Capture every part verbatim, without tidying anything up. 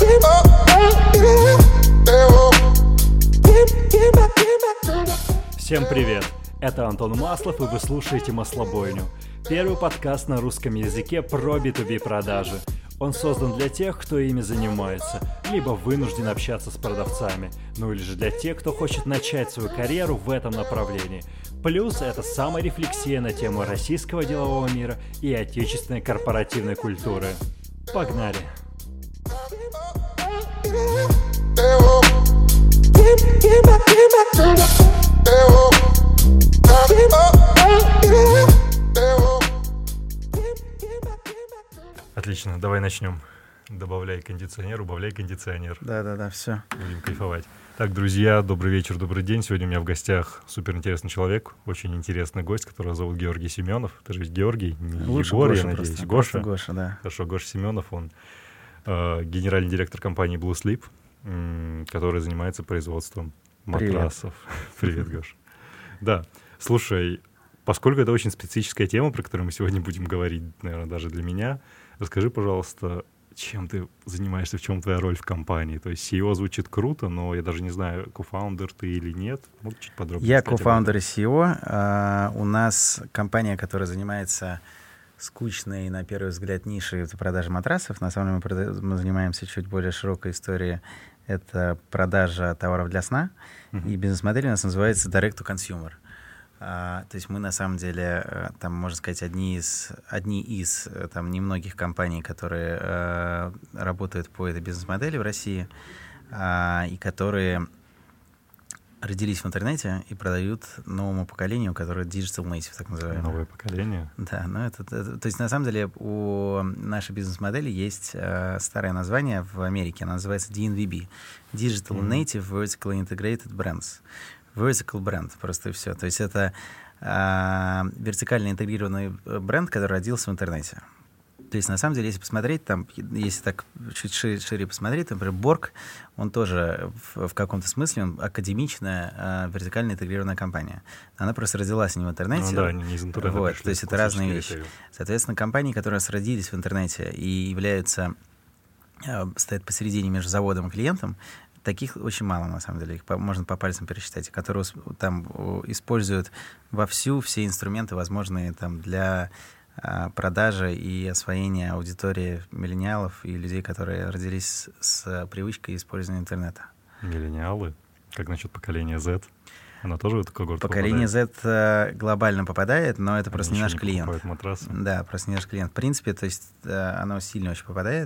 Всем привет! Это Антон Маслов, и вы слушаете «Маслобойню». Первый подкаст на русском языке про би ту би продажи. Он создан для тех, кто ими занимается, либо вынужден общаться с продавцами, ну или же для тех, кто хочет начать свою карьеру в этом направлении. Плюс это саморефлексия на тему российского делового мира и отечественной корпоративной культуры. Погнали! Отлично, давай начнем. Добавляй кондиционер, убавляй кондиционер. Да-да-да, все. Будем кайфовать. Так, друзья, добрый вечер, добрый день. Сегодня у меня в гостях суперинтересный человек, очень интересный гость, которого зовут Георгий Семенов. Ты же ведь Георгий, не Лучше Егор, Гоша, я надеюсь. просто, Гоша? просто Гоша, да. Хорошо, Гоша Семенов, он э, генеральный директор компании Blue Sleep, м, который занимается производством матрасов. Привет, Привет Гоша. Да, слушай, поскольку это очень специфическая тема, про которую мы сегодня будем говорить, наверное, даже для меня, расскажи, пожалуйста, чем ты занимаешься, в чем твоя роль в компании? То есть си и о звучит круто, но я даже не знаю, кофаундер ты или нет. Мог чуть подробнее Я кофаундер и си и о. Uh, у нас компания, которая занимается скучной, на первый взгляд, нишей продажи матрасов. На самом деле мы, прода- мы занимаемся чуть более широкой историей. Это продажа товаров для сна. Uh-huh. И бизнес-модель у нас называется Direct to Consumer. Uh, то есть мы, на самом деле, uh, там, можно сказать, одни из, одни из там, немногих компаний, которые uh, работают по этой бизнес-модели в России, uh, и которые родились в интернете и продают новому поколению, которое digital native, так называемое. Новое поколение? Да, ну это, это... То есть, на самом деле, у нашей бизнес-модели есть uh, старое название в Америке, оно называется ди эн ви би — Digital mm-hmm. Native Vertically Integrated Brands. Vertical бренд, просто и все. То есть это э, вертикально интегрированный бренд, который родился в интернете. То есть, на самом деле, если посмотреть, там, если так чуть шире, шире посмотреть, например, Борг, он тоже в, в каком-то смысле он академичная э, вертикально интегрированная компания. Она просто родилась не в интернете. Ну да, не из интернета. Вот, пришли, то есть это разные вещи. Ритейл. Соответственно, компании, которые сродились в интернете и являются, э, стоят посередине между заводом и клиентом, таких очень мало, на самом деле. Их по, можно по пальцам пересчитать, которые там используют вовсю все инструменты, возможные там для а, продажи и освоения аудитории миллениалов и людей, которые родились с, с привычкой использования интернета. Миллениалы? Как насчет поколения Z? Она тоже в эту когорту Поколение попадает? Z глобально попадает, но это Они просто не наш не клиент. Матрасы. Да, просто не наш клиент. В принципе, то есть оно сильно очень попадает,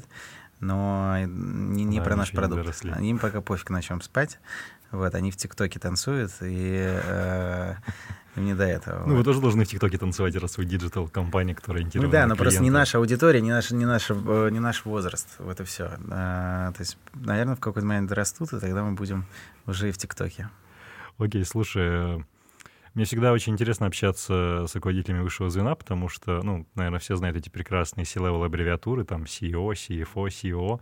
но не, не да, про наш продукт. Не Им пока пофиг, на чем спать. Вот, они в ТикТоке танцуют, и э, им не до этого. Ну, вот. Вы тоже должны в ТикТоке танцевать, раз вы диджитал-компания, которая ориентирована Ну да, на но клиента. просто не наша аудитория, не наш, не наш, не наш возраст. Вот и все. А, то есть, наверное, в какой-то момент растут, и тогда мы будем уже и в ТикТоке. Окей, слушай, мне всегда очень интересно общаться с руководителями высшего звена, потому что, ну, наверное, все знают эти прекрасные си-левел аббревиатуры, там си и о, си эф о, си и о.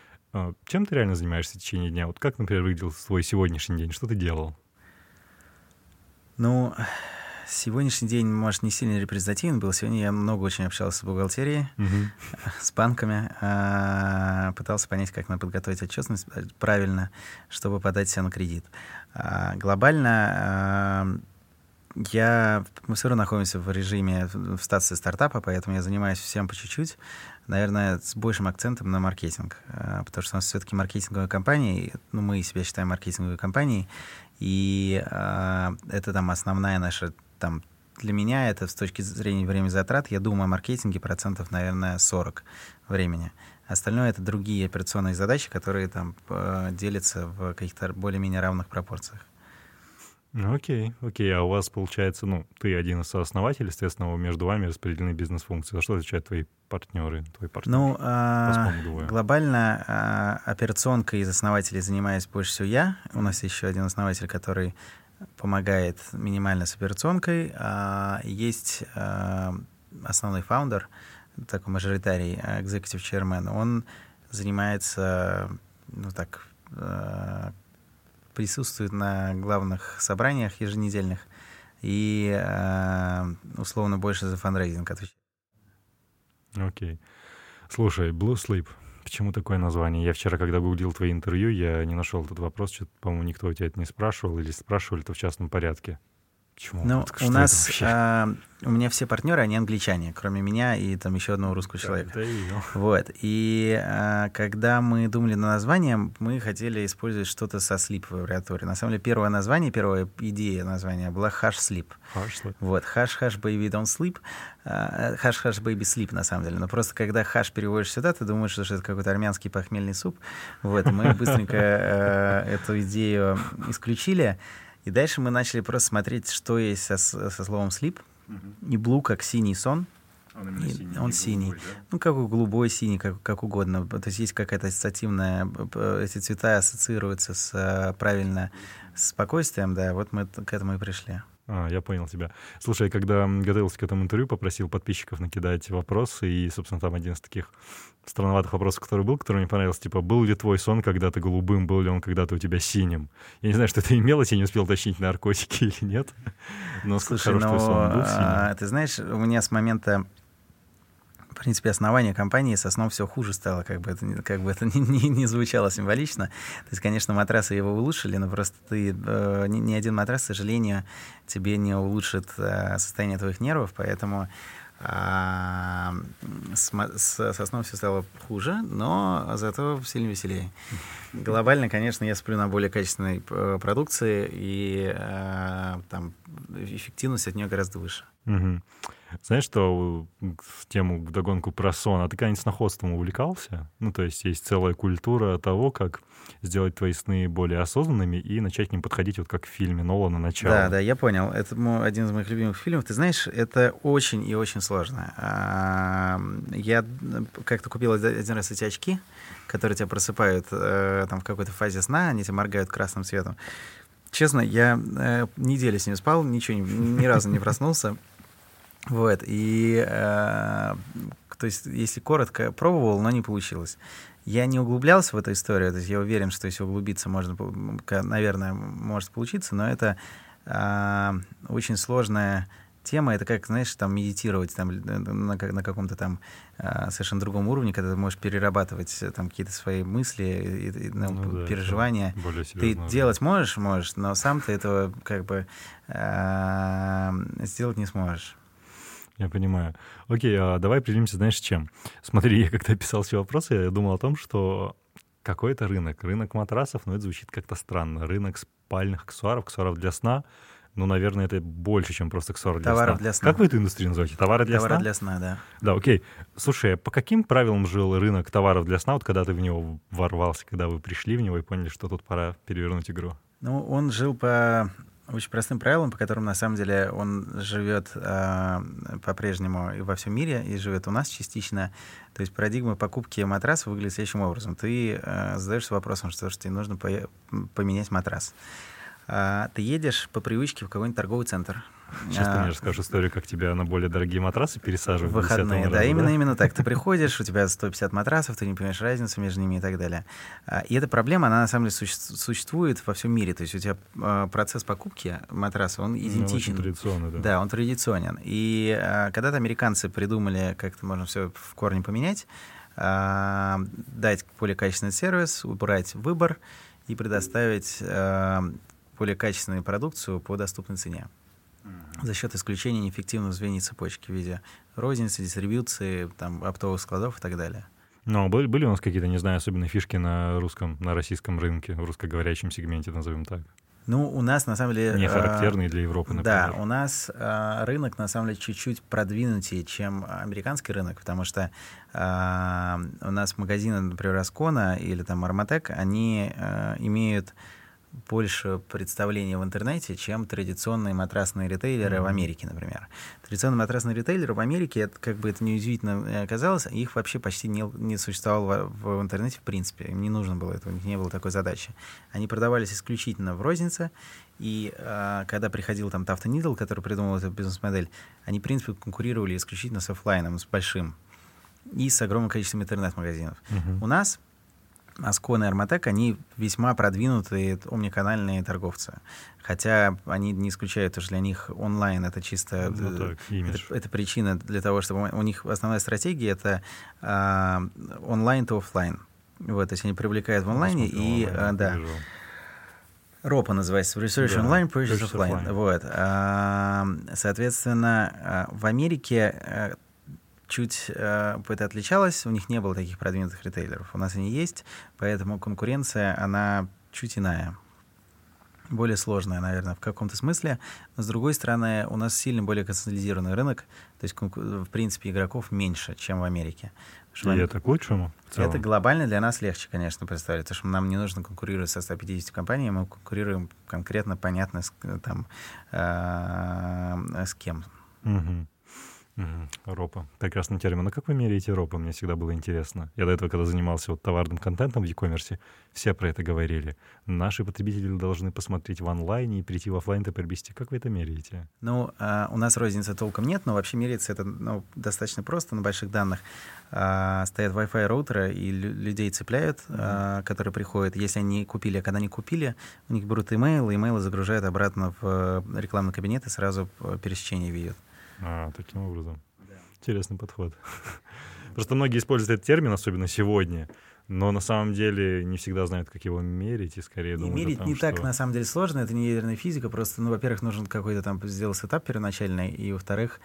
Чем ты реально занимаешься в течение дня? Вот как, например, выглядел твой сегодняшний день? Что ты делал? Ну, сегодняшний день, может, не сильно репрезентативен был. Сегодня я много очень общался с бухгалтерией, uh-huh. с банками, пытался понять, как надо подготовить отчетность правильно, чтобы подать себя на кредит. Глобально я, мы все равно находимся в режиме, в статусе стартапа, поэтому я занимаюсь всем по чуть-чуть, наверное, с большим акцентом на маркетинг, потому что у нас все-таки маркетинговая компания, ну, мы себя считаем маркетинговой компанией, и э, это там основная наша, там, для меня это с точки зрения времени затрат, я думаю о маркетинге процентов, наверное, сорок времени. Остальное — это другие операционные задачи, которые там э, делятся в каких-то более-менее равных пропорциях. Ну, окей, окей. А у вас, получается, ну, ты один из сооснователей, естественно, между вами распределены бизнес-функции. За что отвечают твои партнеры, твои партнеры? Ну, а, глобально а, операционкой из основателей занимаюсь больше всего я. У нас еще один основатель, который помогает минимально с операционкой. А, есть а, основной фаундер, такой мажоритарий, executive chairman. Он занимается, ну так, а, присутствует на главных собраниях еженедельных и э, условно больше за фандрейзинг отвечает. Окей. Слушай, Blue Sleep. Почему такое название? Я вчера, когда гуглил твои интервью, я не нашел этот вопрос. Что-то, по-моему, никто у тебя это не спрашивал, или спрашивали, то в частном порядке. Почему? Ну, Вот, у нас, а, у меня все партнеры, они англичане, кроме меня и там еще одного русского человека. Да, да, вот. И а, когда мы думали над названием, мы хотели использовать что-то со sleep в аббревиатуре. На самом деле, первое название, первая идея названия была Hush Sleep. Hush Sleep. Вот. Hush Hush Baby Don't Sleep. Uh, hush Hush Baby Sleep, на самом деле. Но просто когда Hush переводишь сюда, ты думаешь, что это какой-то армянский похмельный суп. Вот. Мы быстренько uh, эту идею исключили. И дальше мы начали просто смотреть, что есть со, со словом sleep. Uh-huh. И blue как синий сон. Он именно синий. Он синий. Голубой, да? Ну, как голубой, синий, как, как угодно. То есть есть какая-то ассоциативная... Эти цвета ассоциируются с, правильно с спокойствием, да. Вот мы к этому и пришли. А, я понял тебя. Слушай, когда готовился к этому интервью, попросил подписчиков накидать вопросы, и, собственно, там один из таких странноватых вопросов, который был, который мне понравился, типа, был ли твой сон когда-то голубым, был ли он когда-то у тебя синим? Я не знаю, что это имелось, я не успел уточнить, наркотики или нет, но Слушай, хороший но, твой сон был синим. А, ты знаешь, у меня с момента, в принципе, основания компании со сном все хуже стало, как бы это, как бы это ни, ни, не звучало символично. То есть, конечно, матрасы его улучшили, но просто ты, э, ни, ни один матрас, к сожалению, тебе не улучшит э, состояние твоих нервов, поэтому э, с, с, со сном все стало хуже, но зато сильно веселее. Глобально, конечно, я сплю на более качественной продукции, и э, там эффективность от нее гораздо выше. Угу. Знаешь, что в тему вдогонку про сон, а ты когда-нибудь сноходством увлекался? Ну, то есть есть целая культура того, как сделать твои сны более осознанными и начать к ним подходить, вот как в фильме Нолана «Начало». Да, да, я понял. Это один из моих любимых фильмов. Ты знаешь, это очень и очень сложно. Я как-то купил один раз эти очки, которые тебя просыпают там в какой-то фазе сна, они тебя моргают красным цветом. Честно, я э, неделю с ним спал, ничего, ни, ни разу не проснулся. Вот, и, э, то есть, если коротко, пробовал, но не получилось. Я не углублялся в эту историю, то есть я уверен, что если углубиться, можно, наверное, может получиться, но это э, очень сложная тема. Это как, знаешь, там медитировать там, на, на каком-то там э, совершенно другом уровне, когда ты можешь перерабатывать там какие-то свои мысли, и, и, ну, ну, да, переживания. Ты делать можешь, можешь, но сам ты этого как бы э, сделать не сможешь. Я понимаю. Окей, а давай определимся, знаешь, с чем? Смотри, я когда писал все вопросы, я думал о том, что какой-то рынок, рынок матрасов, но это звучит как-то странно. Рынок спальных аксессуаров, аксессуаров для сна, ну, наверное, это больше, чем просто аксессуары для Товаров сна. для сна. Как вы эту индустрию называете? Товары для Товары сна? для сна, да. Да, окей. Слушай, по каким правилам жил рынок товаров для сна, вот когда ты в него ворвался, когда вы пришли в него и поняли, что тут пора перевернуть игру? Ну, он жил по очень простым правилам, по которым, на самом деле, он живет э, по-прежнему и во всем мире, и живет у нас частично. То есть парадигма покупки матраса выглядит следующим образом. Ты э, задаешься вопросом, что, что тебе нужно по- поменять матрас. А, ты едешь по привычке в какой-нибудь торговый центр. Сейчас а, ты мне расскажешь историю, как тебя на более дорогие матрасы пересаживают. В выходные, да, раза, именно, да? именно так. Ты приходишь, у тебя сто пятьдесят матрасов, ты не понимаешь разницу между ними и так далее. И эта проблема, она на самом деле существует во всем мире. То есть у тебя процесс покупки матраса, он идентичен. Ну, традиционный, да. Да, он традиционен. И когда-то американцы придумали, как это можно все в корне поменять, дать более качественный сервис, убрать выбор и предоставить более качественную продукцию по доступной цене за счет исключения неэффективных звеньев цепочки в виде розницы, дистрибьюции, там, оптовых складов и так далее. Но были, были у нас какие-то, не знаю, особенные фишки на русском, на российском рынке, в русскоговорящем сегменте, назовем так? Ну, у нас, на самом деле... Не характерные для Европы, например. Да, у нас а, рынок, на самом деле, чуть-чуть продвинутее, чем американский рынок, потому что а, у нас магазины, например, Аскона или там Арматек, они а, имеют больше представления в интернете, чем традиционные матрасные ритейлеры mm-hmm. в Америке, например. Традиционные матрасные ритейлеры в Америке, это, как бы это неудивительно оказалось, их вообще почти не, не существовало в, в интернете в принципе. Им не нужно было этого, у них не было такой задачи. Они продавались исключительно в рознице, и а, когда приходил там Taft and Needle, который придумал эту бизнес-модель, они, в принципе, конкурировали исключительно с офлайном, с большим, и с огромным количеством интернет-магазинов. Mm-hmm. У нас Аскон и Арматек, они весьма продвинутые омниканальные торговцы. Хотя они не исключают, что для них онлайн — это чисто... Ну, так, имидж. это, это причина для того, чтобы... У них основная стратегия — это а, онлайн to офлайн. Вот, то есть они привлекают в онлайне, ну, и... Онлайн, а, да. ропа называется, Research да, Online, Purchase Offline. offline. Вот. А, соответственно, в Америке чуть а, это отличалось, у них не было таких продвинутых ритейлеров. У нас они есть, поэтому конкуренция, она чуть иная. Более сложная, наверное, в каком-то смысле. Но, с другой стороны, у нас сильно более консолидированный рынок, то есть, в принципе, игроков меньше, чем в Америке. И Ам... это к лучшему? Это глобально для нас легче, конечно, представить, потому что нам не нужно конкурировать со ста пятьюдесятью компаниями, мы конкурируем конкретно, понятно, с, там, э, с кем. Угу. Угу. ропа. Прекрасный термин. А как вы меряете ропу? Мне всегда было интересно. Я до этого, когда занимался вот товарным контентом в e-commerce, все про это говорили. Наши потребители должны посмотреть в онлайне и прийти в офлайн и приобрести. Как вы это меряете? Ну, а, у нас розницы толком нет, но вообще меряется это ну, достаточно просто на больших данных. А, стоят Wi-Fi роутеры, и лю- людей цепляют, mm-hmm. а, которые приходят. Если они купили, а когда они купили, у них берут имейл, и имейлы загружают обратно в рекламный кабинет и сразу пересечение видят. А, таким образом. Да. Интересный подход. Просто многие используют этот термин, особенно сегодня, но на самом деле не всегда знают, как его мерить, и скорее и думают мерить о том, не что... так, на самом деле, сложно, это не ядерная физика, просто, ну, во-первых, нужен какой-то там сделать сетап первоначальный, и, во-вторых,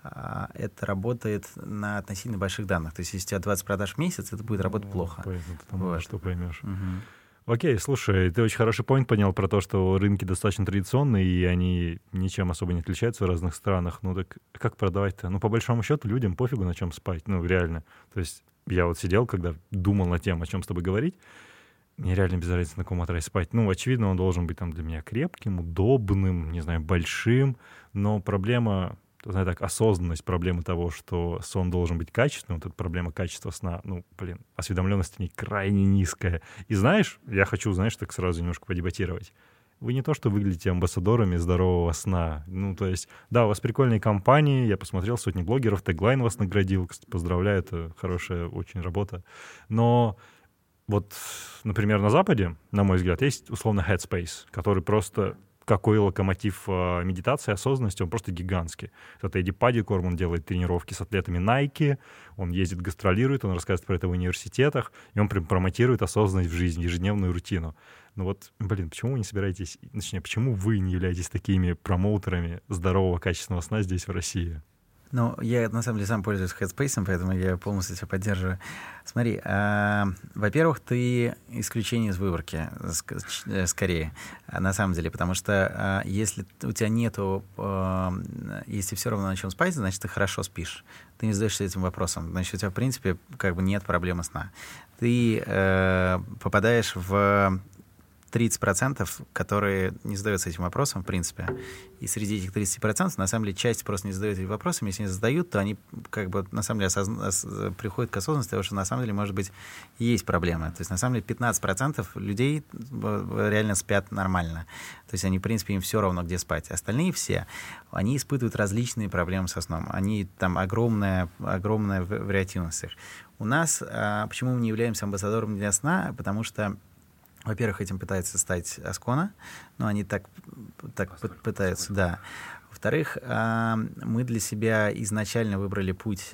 это работает на относительно больших данных. То есть, если у тебя двадцать продаж в месяц, это будет работать ну, плохо. Поэтому ты вот. Что поймешь. Угу. Окей, слушай, ты очень хороший поинт понял про то, что рынки достаточно традиционные, и они ничем особо не отличаются в разных странах. Ну так как продавать-то? Ну, по большому счету, людям пофигу, на чем спать. Ну, реально. То есть я вот сидел, когда думал над тем, о чем с тобой говорить, мне реально без разницы, на каком матрасе спать. Ну, очевидно, он должен быть там для меня крепким, удобным, не знаю, большим, но проблема... Знаешь, так, осознанность проблемы того, что сон должен быть качественным, вот эта проблема качества сна, ну, блин, осведомленность о ней крайне низкая. И знаешь, я хочу, знаешь, так сразу немножко подебатировать. Вы не то, что выглядите амбассадорами здорового сна. Ну, то есть, да, у вас прикольные компании, я посмотрел сотни блогеров, Теглайн вас наградил, кстати, поздравляю, это хорошая очень работа. Но вот, например, на Западе, на мой взгляд, есть условно Headspace, который просто... какой локомотив э, медитации, осознанности, он просто гигантский. Это Эдди Паддикорн, он делает тренировки с атлетами Nike, он ездит, гастролирует, он рассказывает про это в университетах, и он прям промотирует осознанность в жизни, ежедневную рутину. Ну вот, блин, почему вы не собираетесь, точнее, почему вы не являетесь такими промоутерами здорового, качественного сна здесь, в России? Ну, я, на самом деле, сам пользуюсь Headspace, поэтому я полностью тебя поддерживаю. Смотри, э, во-первых, ты исключение из выборки, ск- скорее, на самом деле, потому что э, если у тебя нету, э, если все равно на чем спать, значит, ты хорошо спишь. Ты не задаешься этим вопросом. Значит, у тебя, в принципе, как бы нет проблемы сна. Ты э, попадаешь в... тридцать процентов, которые не задаются этим вопросом, в принципе. И среди этих тридцати процентов, на самом деле, часть просто не задает этим вопросом. Если они задают, то они как бы, на самом деле, осозна... приходят к осознанности того, что, на самом деле, может быть, есть проблемы. То есть, на самом деле, пятнадцать процентов людей реально спят нормально. То есть, они, в принципе, им все равно, где спать. Остальные все, они испытывают различные проблемы со сном. Они там огромная, огромная вариативность. У нас, а, почему мы не являемся амбассадором для сна? Потому что во-первых, этим пытается стать Аскона, но они так, так пытаются, да. Во-вторых, мы для себя изначально выбрали путь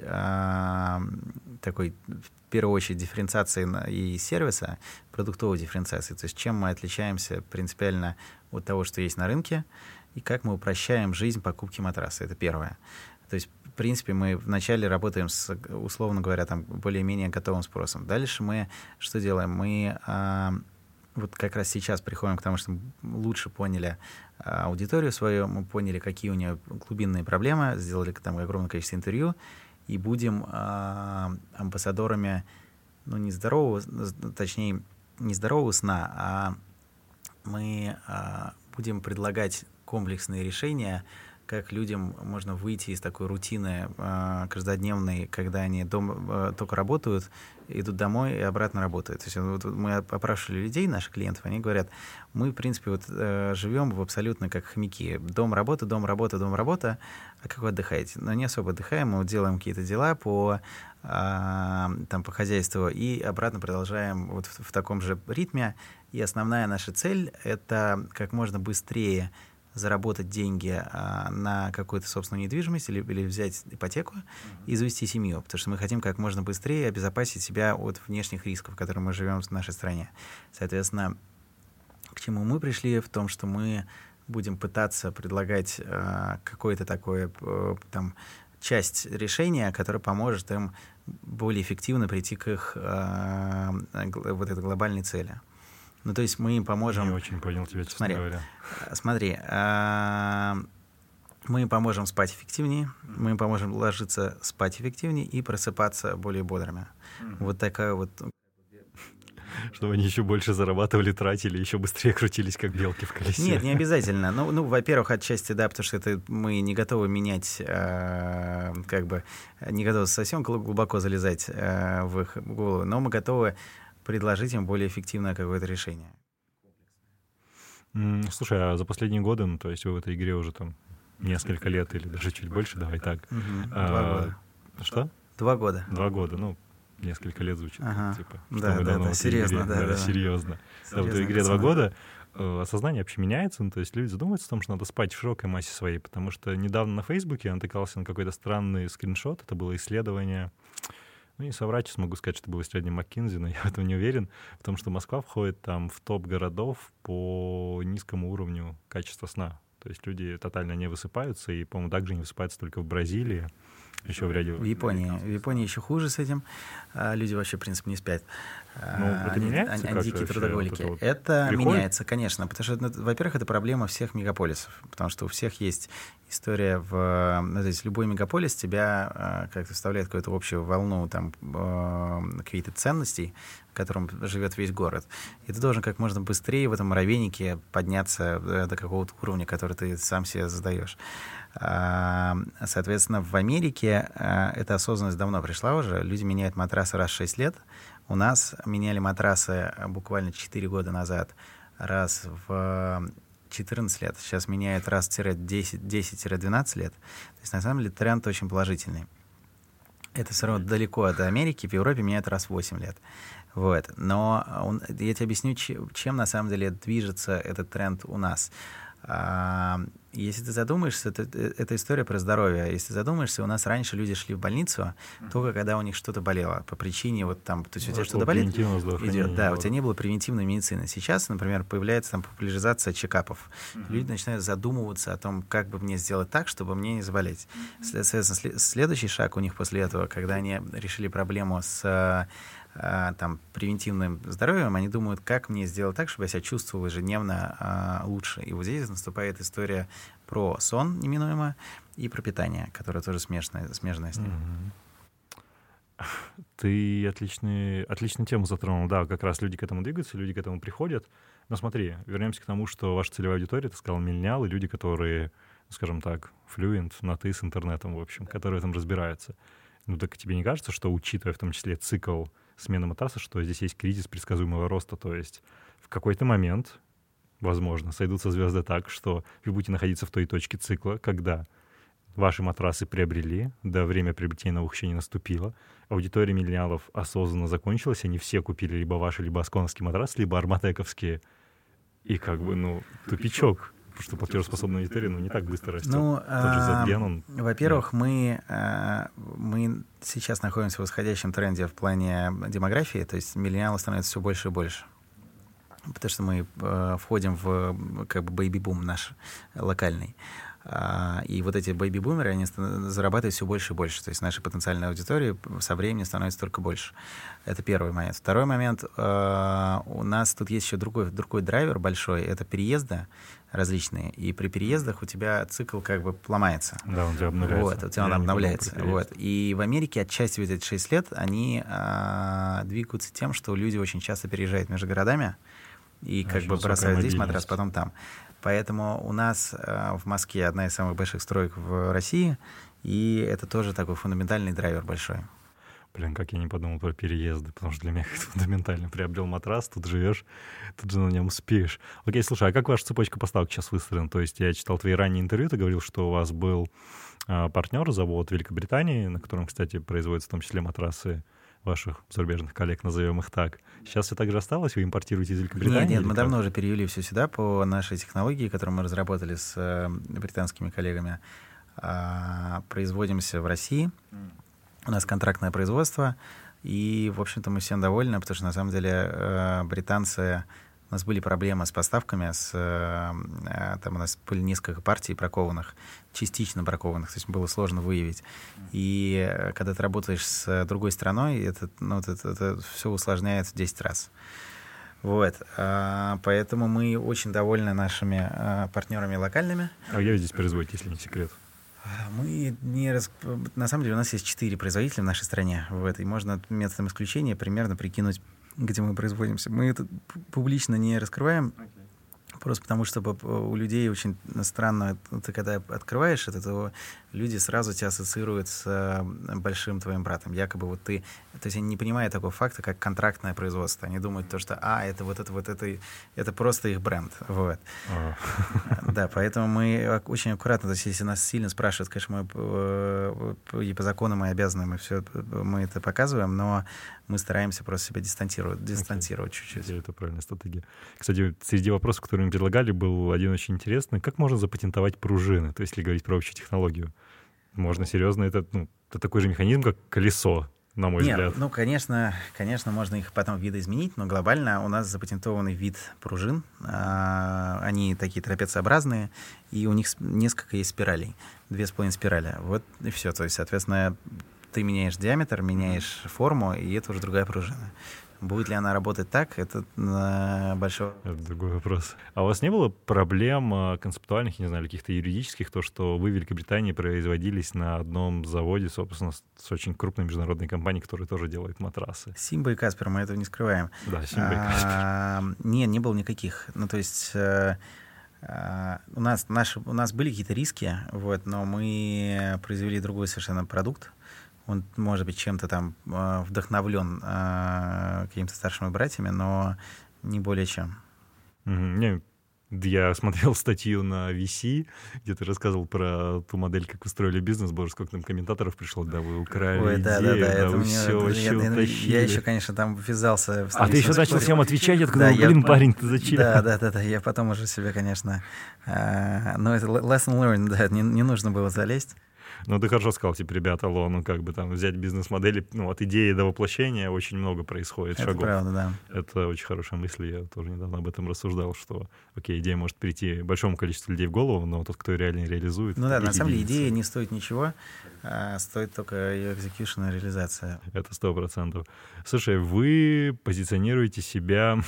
такой, в первую очередь, дифференциации и сервиса, продуктовой дифференциации, то есть чем мы отличаемся принципиально от того, что есть на рынке, и как мы упрощаем жизнь покупки матраса, это первое. То есть, в принципе, мы вначале работаем с, условно говоря, там, более-менее готовым спросом. Дальше мы что делаем? Мы... Вот как раз сейчас приходим к тому, что мы лучше поняли а, аудиторию свою, мы поняли, какие у нее глубинные проблемы, сделали там огромное количество интервью, и будем а, амбассадорами, ну, не здорового, точнее, не здорового сна, а мы а, будем предлагать комплексные решения как людям можно выйти из такой рутины э, каждодневной, когда они дома э, только работают, идут домой и обратно работают. То есть вот, мы опрашивали людей, наших клиентов, они говорят, мы, в принципе, вот, э, живем в абсолютно как хомяки. Дом, работа, дом, работа, дом, работа. А как вы отдыхаете? Но не особо отдыхаем, мы вот делаем какие-то дела по, э, там, по хозяйству и обратно продолжаем вот в, в таком же ритме. И основная наша цель — это как можно быстрее заработать деньги а, на какую-то собственную недвижимость или, или взять ипотеку mm-hmm. и завести семью, потому что мы хотим как можно быстрее обезопасить себя от внешних рисков, в которых мы живем в нашей стране. Соответственно, к чему мы пришли? В том, что мы будем пытаться предлагать а, какое-то такое а, там, часть решения, которая поможет им более эффективно прийти к их а, вот этой глобальной цели. Ну, то есть мы им поможем... Не очень понял тебя, честно смотри, говоря. Смотри, мы им поможем спать эффективнее, мы им поможем ложиться спать эффективнее и просыпаться более бодрыми. Mm-hmm. Вот такая вот... Чтобы они еще больше зарабатывали, тратили, еще быстрее крутились, как белки в колесе. Нет, не обязательно. Ну, ну во-первых, отчасти, да, потому что это мы не готовы менять, э, как бы, не готовы совсем глубоко залезать э, в их голову, но мы готовы предложить им более эффективное какое-то решение. Слушай, а за последние годы, ну, то есть вы в этой игре уже там несколько лет или даже чуть больше, давай так. Угу. А, Два года. Что? Два года. Два года, ну, несколько лет звучит. Ага. Типа, да, да, да, серьезно, игре, да, да, да. Серьезно. Да, в этой игре два года э, осознание вообще меняется, ну, то есть люди задумываются о том, что надо спать в широкой массе своей, потому что недавно на Фейсбуке я натыкался на какой-то странный скриншот, это было исследование. Ну, не соврать, смогу сказать, что это было исследование Маккинзи, но я в этом не уверен, в том, что Москва входит там в топ городов по низкому уровню качества сна. То есть люди тотально не высыпаются, и, по-моему, также не высыпаются только в Бразилии, еще в ряде... В Японии. В Японии еще хуже с этим. Люди вообще, в принципе, не спят. Ну, это они, меняется они, они дикие трудоголики. Вот это это вот меняется, конечно, потому что, ну, во-первых, это проблема всех мегаполисов, потому что у всех есть история в... Ну, то есть любой мегаполис тебя как-то вставляет в какую-то общую волну там, каких-то ценностей, в котором живет весь город. И ты должен как можно быстрее в этом муравейнике подняться до какого-то уровня, который ты сам себе задаешь. Соответственно, в Америке эта осознанность давно пришла уже. Люди меняют матрасы раз в шесть лет. У нас меняли матрасы буквально четыре года назад раз в четырнадцать лет. Сейчас меняют раз в десять-двенадцать лет. То есть, на самом деле, тренд очень положительный. Это все равно далеко от Америки. В Европе меняют раз в восемь лет. Вот. Но он, я тебе объясню, чем, чем на самом деле движется этот тренд у нас. Если ты задумаешься, это, это история про здоровье. Если ты задумаешься, у нас раньше люди шли в больницу mm-hmm. только когда у них что-то болело по причине вот там, то есть ну, у тебя что-то болит, идет, да, у тебя не было превентивной медицины. Сейчас, например, появляется там популяризация чекапов. Mm-hmm. Люди начинают задумываться о том, как бы мне сделать так, чтобы мне не заболеть. Mm-hmm. Соответственно, следующий шаг у них после этого, когда они решили проблему с там, превентивным здоровьем, они думают, как мне сделать так, чтобы я себя чувствовал ежедневно а, лучше. И вот здесь наступает история про сон неминуемо и про питание, которое тоже смешанное, смежное с ним. Mm-hmm. Ты отличный, отличную тему затронул. Да, как раз люди к этому двигаются, люди к этому приходят. Но смотри, вернемся к тому, что ваша целевая аудитория, ты сказал, миллениалы, люди, которые, скажем так, fluent, на «ты» с интернетом, в общем, которые в этом разбираются. Ну так тебе не кажется, что, учитывая в том числе цикл смены матраса, что здесь есть кризис предсказуемого роста, то есть в какой-то момент, возможно, сойдутся звезды так, что вы будете находиться в той точке цикла, когда ваши матрасы приобрели, да, время приобретения новых еще не наступило, аудитория миллениалов осознанно закончилась, они все купили либо ваши, либо асконовский матрас, либо арматековские, и как бы, ну, тупичок. Потому что платежеспособная аудитория, ну, не так быстро растет. Ну, Тот же Зетген, он... Во-первых, да. мы, а, мы сейчас находимся в восходящем тренде в плане демографии, то есть миллениалов становится все больше и больше. Потому что мы а, входим в как бы бэйби-бум наш локальный. А, и вот эти бэйби-бумеры, они зарабатывают все больше и больше. То есть нашей потенциальной аудитории со временем становится только больше. Это первый момент. Второй момент. А, у нас тут есть еще другой, другой драйвер большой. Это переезды различные. И при переездах у тебя цикл как бы ломается. Да, он у тебя обновляется. Вот, у тебя он обновляется. Вот. И в Америке отчасти вот эти шесть лет они а, двигаются тем, что люди очень часто переезжают между городами. и как бы бросают здесь матрас, потом там. Поэтому у нас в Москве одна из самых больших строек в России, и это тоже такой фундаментальный драйвер большой. Блин, как я не подумал про переезды, потому что для меня это фундаментально. Приобрел матрас, тут живешь, тут же на нем спишь. Окей, слушай, а как ваша цепочка поставок сейчас выстроена? То есть я читал твои ранние интервью, ты говорил, что у вас был э, партнер, завод в Великобритании, на котором, кстати, производятся в том числе матрасы ваших зарубежных коллег, назовем их так. Сейчас все так же осталось? Вы импортируете из Великобритании? Нет, нет, мы как? давно уже перевели все сюда по нашей технологии, которую мы разработали с э, британскими коллегами. Э, производимся в России. У нас контрактное производство, и, в общем-то, мы всем довольны, потому что, на самом деле, э, британцы... У нас были проблемы с поставками, с, э, там у нас были несколько партий бракованных, частично бракованных, то есть было сложно выявить. И э, когда ты работаешь с другой страной, это, ну, это, это все усложняется в десять раз. Вот. А, поэтому мы очень довольны нашими а, партнерами локальными. А где вы здесь производите, если не секрет? Мы не рас... На самом деле у нас есть четыре производителя в нашей стране. Вот, и можно методом исключения примерно прикинуть, где мы производимся. Мы это публично не раскрываем, okay. Просто потому что у людей очень странно, ты когда открываешь это, то люди сразу тебя ассоциируют с большим твоим братом. Якобы вот ты... То есть они не понимают такого факта, как контрактное производство. Они думают, то, что а, это вот это вот это, это просто их бренд. Вот. Oh. Да, поэтому мы очень аккуратно, то есть если нас сильно спрашивают, конечно, мы и по закону мы обязаны, мы все мы это показываем, но мы стараемся просто себя дистанцировать, дистанцировать okay. чуть-чуть. Это правильная стратегия. Кстати, среди вопросов, которые мы предлагали, был один очень интересный. Как можно запатентовать пружины? То есть, если говорить про общую технологию. Можно серьезно, это, ну, это такой же механизм, как колесо, на мой Нет, взгляд. Ну, конечно, конечно, можно их потом видоизменить, но глобально у нас запатентованный вид пружин. А, они такие трапециобразные, и у них несколько есть спиралей. Две с половиной спирали. Вот и все. То есть, соответственно, ты меняешь диаметр, меняешь форму, и это уже другая пружина. Будет ли она работать так, это э, большой... Это другой вопрос. А у вас не было проблем э, концептуальных, не знаю, каких-то юридических, то, что вы в Великобритании производились на одном заводе, собственно, с, с очень крупной международной компанией, которая тоже делает матрасы? Симба и Каспер, мы этого не скрываем. Да, Симба и Каспер. Не, не было никаких. Ну, то есть... Э, э, у нас, наши, у нас были какие-то риски, вот, но мы произвели другой совершенно продукт. Он, может быть, чем-то там э, вдохновлен э, какими-то старшими братьями, но не более чем. Mm-hmm. Не, я смотрел статью на ви си, где ты рассказывал про ту модель, как вы строили бизнес. Боже, сколько там комментаторов пришло, да вы украли Ой, да, идею, да, да, да вы мне, все вообще я, утащили. Я еще, конечно, там ввязался. В а ты еще начал всем отвечать, я такой, да, блин, я, парень, ты зачем? Да, да, да, да, я потом уже себе, конечно... Э, но это lesson learned, да, не, не нужно было залезть. Ну, ты хорошо сказал, типа, ребята, алло, ну, как бы там взять бизнес-модели, ну, от идеи до воплощения очень много происходит это шагов. Это правда, да. Это очень хорошая мысль, я тоже недавно об этом рассуждал, что, окей, идея может прийти большому количеству людей в голову, но тот, кто ее реально реализует... Ну да, на самом деле идея не стоит ничего, а стоит только ее execution и реализация. Это сто процентов. Слушай, вы позиционируете себя...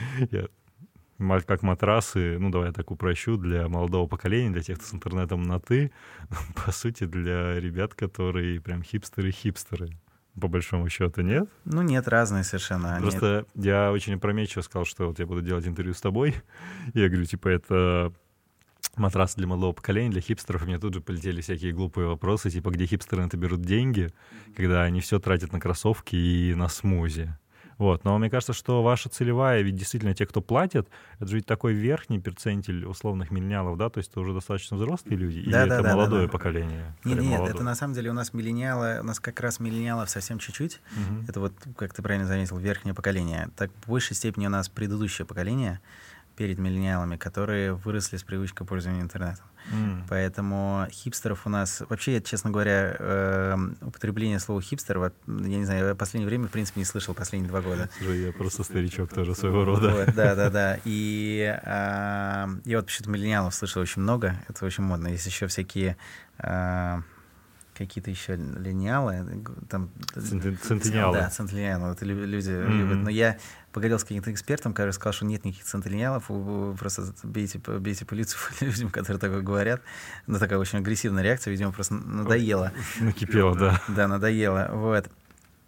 как матрасы, ну, давай я так упрощу, для молодого поколения, для тех, кто с интернетом на «ты», по сути, для ребят, которые прям хипстеры-хипстеры. По большому счету, нет? Ну, нет, разные совершенно. Просто нет. Я очень опрометчиво сказал, что вот я буду делать интервью с тобой. Я говорю, типа, это матрас для молодого поколения, для хипстеров. И мне тут же полетели всякие глупые вопросы, типа, где хипстеры на это берут деньги, когда они все тратят на кроссовки и на смузи. Вот. Но мне кажется, что ваша целевая, ведь действительно те, кто платят, это же ведь такой верхний перцентиль условных миллениалов, да, то есть это уже достаточно взрослые люди, да, или да, это да, молодое да, да. поколение? Нет, нет, молодое. Это на самом деле у нас миллениалы, у нас как раз миллениалов совсем чуть-чуть. Угу. Это вот, как ты правильно заметил, верхнее поколение. Так в большей степени у нас предыдущее поколение перед миллениалами, которые выросли с привычкой пользования интернетом. Mm. Поэтому хипстеров у нас... Вообще, я, честно говоря, э, употребление слова хипстер, я не знаю, я в последнее время, в принципе, не слышал последние два года. Я просто старичок тоже своего рода. Вот, да, да, да. И э, я вот почему-то миллениалов слышал очень много. Это очень модно. Есть еще всякие... Э, какие-то еще линеалы, там... Центениалы. Да, центениалы, это люди mm-hmm. любят. Но я поговорил с каким-то экспертом, который сказал, что нет никаких центениалов, вы просто бейте, бейте по лицу людям, которые такое говорят. Ну, такая очень агрессивная реакция, видимо, просто надоело. Накипело, да. Да, надоело, вот.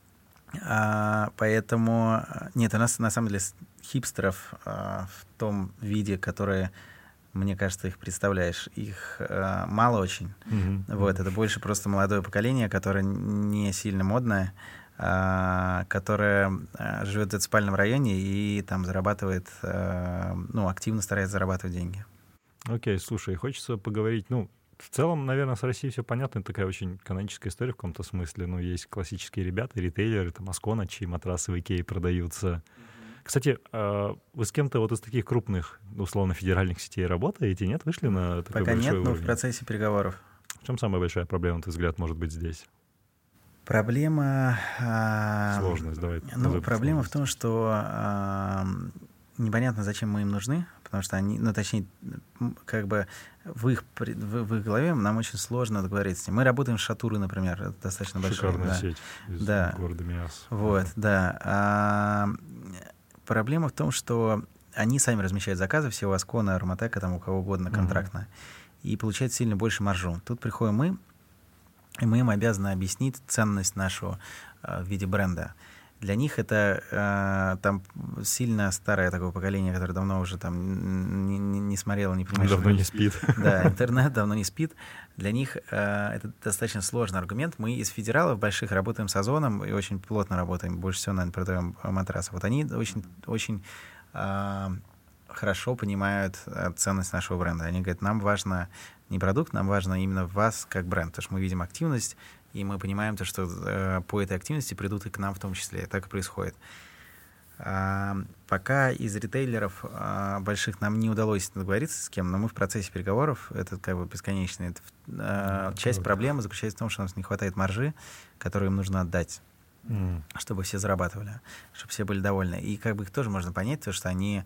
А, поэтому нет, у нас на самом деле хипстеров а, в том виде, которые, мне кажется, их представляешь, их а, мало очень. Mm-hmm. Вот, Mm-hmm. это больше просто молодое поколение, которое не сильно модное, а, которое а, живет в спальном районе и там зарабатывает, а, ну, активно старается зарабатывать деньги. Окей, okay, слушай, хочется поговорить, ну, в целом, наверное, с Россией все понятно, это такая очень каноническая история в каком-то смысле. Ну, есть классические ребята, ритейлеры, там, Аскона, чьи матрасы в Икее продаются. Mm-hmm. Кстати, вы с кем-то вот из таких крупных, условно, федеральных сетей работаете, нет? Вышли на такой Пока большой нет, но уровень? в процессе переговоров. В чем самая большая проблема, на твой взгляд, может быть здесь? Проблема... Сложность, давай. Ну, проблема сложность. В том, что а, непонятно, зачем мы им нужны, потому что они, ну, точнее, как бы в их, в, в их голове нам очень сложно договориться. Мы работаем с Шатурой, например, это достаточно большая. Шикарная да. сеть из да. города Миас. Вот, да. А, проблема в том, что они сами размещают заказы, все у Аскона, Ароматека, там у кого угодно контрактно, mm-hmm. и получают сильно больше маржу. Тут приходим мы, и мы им обязаны объяснить ценность нашего э, в виде бренда. Для них это э, там сильно старое такое поколение, которое давно уже там не, не, не смотрело, не понимает. Давно не спит. Да, интернет давно не спит. Для них э, это достаточно сложный аргумент. Мы из федералов больших работаем с Озоном и очень плотно работаем. Больше всего, наверное, продаем матрасы. Вот они очень, очень э, хорошо понимают ценность нашего бренда. Они говорят, нам важно не продукт, нам важно именно вас как бренд, потому что мы видим активность, и мы понимаем, то, что э, по этой активности придут и к нам в том числе. Так и происходит. А, пока из ритейлеров а, больших нам не удалось договориться с кем, но мы в процессе переговоров, это как бы бесконечный. Это, а, часть проблемы заключается в том, что у нас не хватает маржи, которую им нужно отдать, mm. чтобы все зарабатывали, чтобы все были довольны. И как бы их тоже можно понять, то, что они...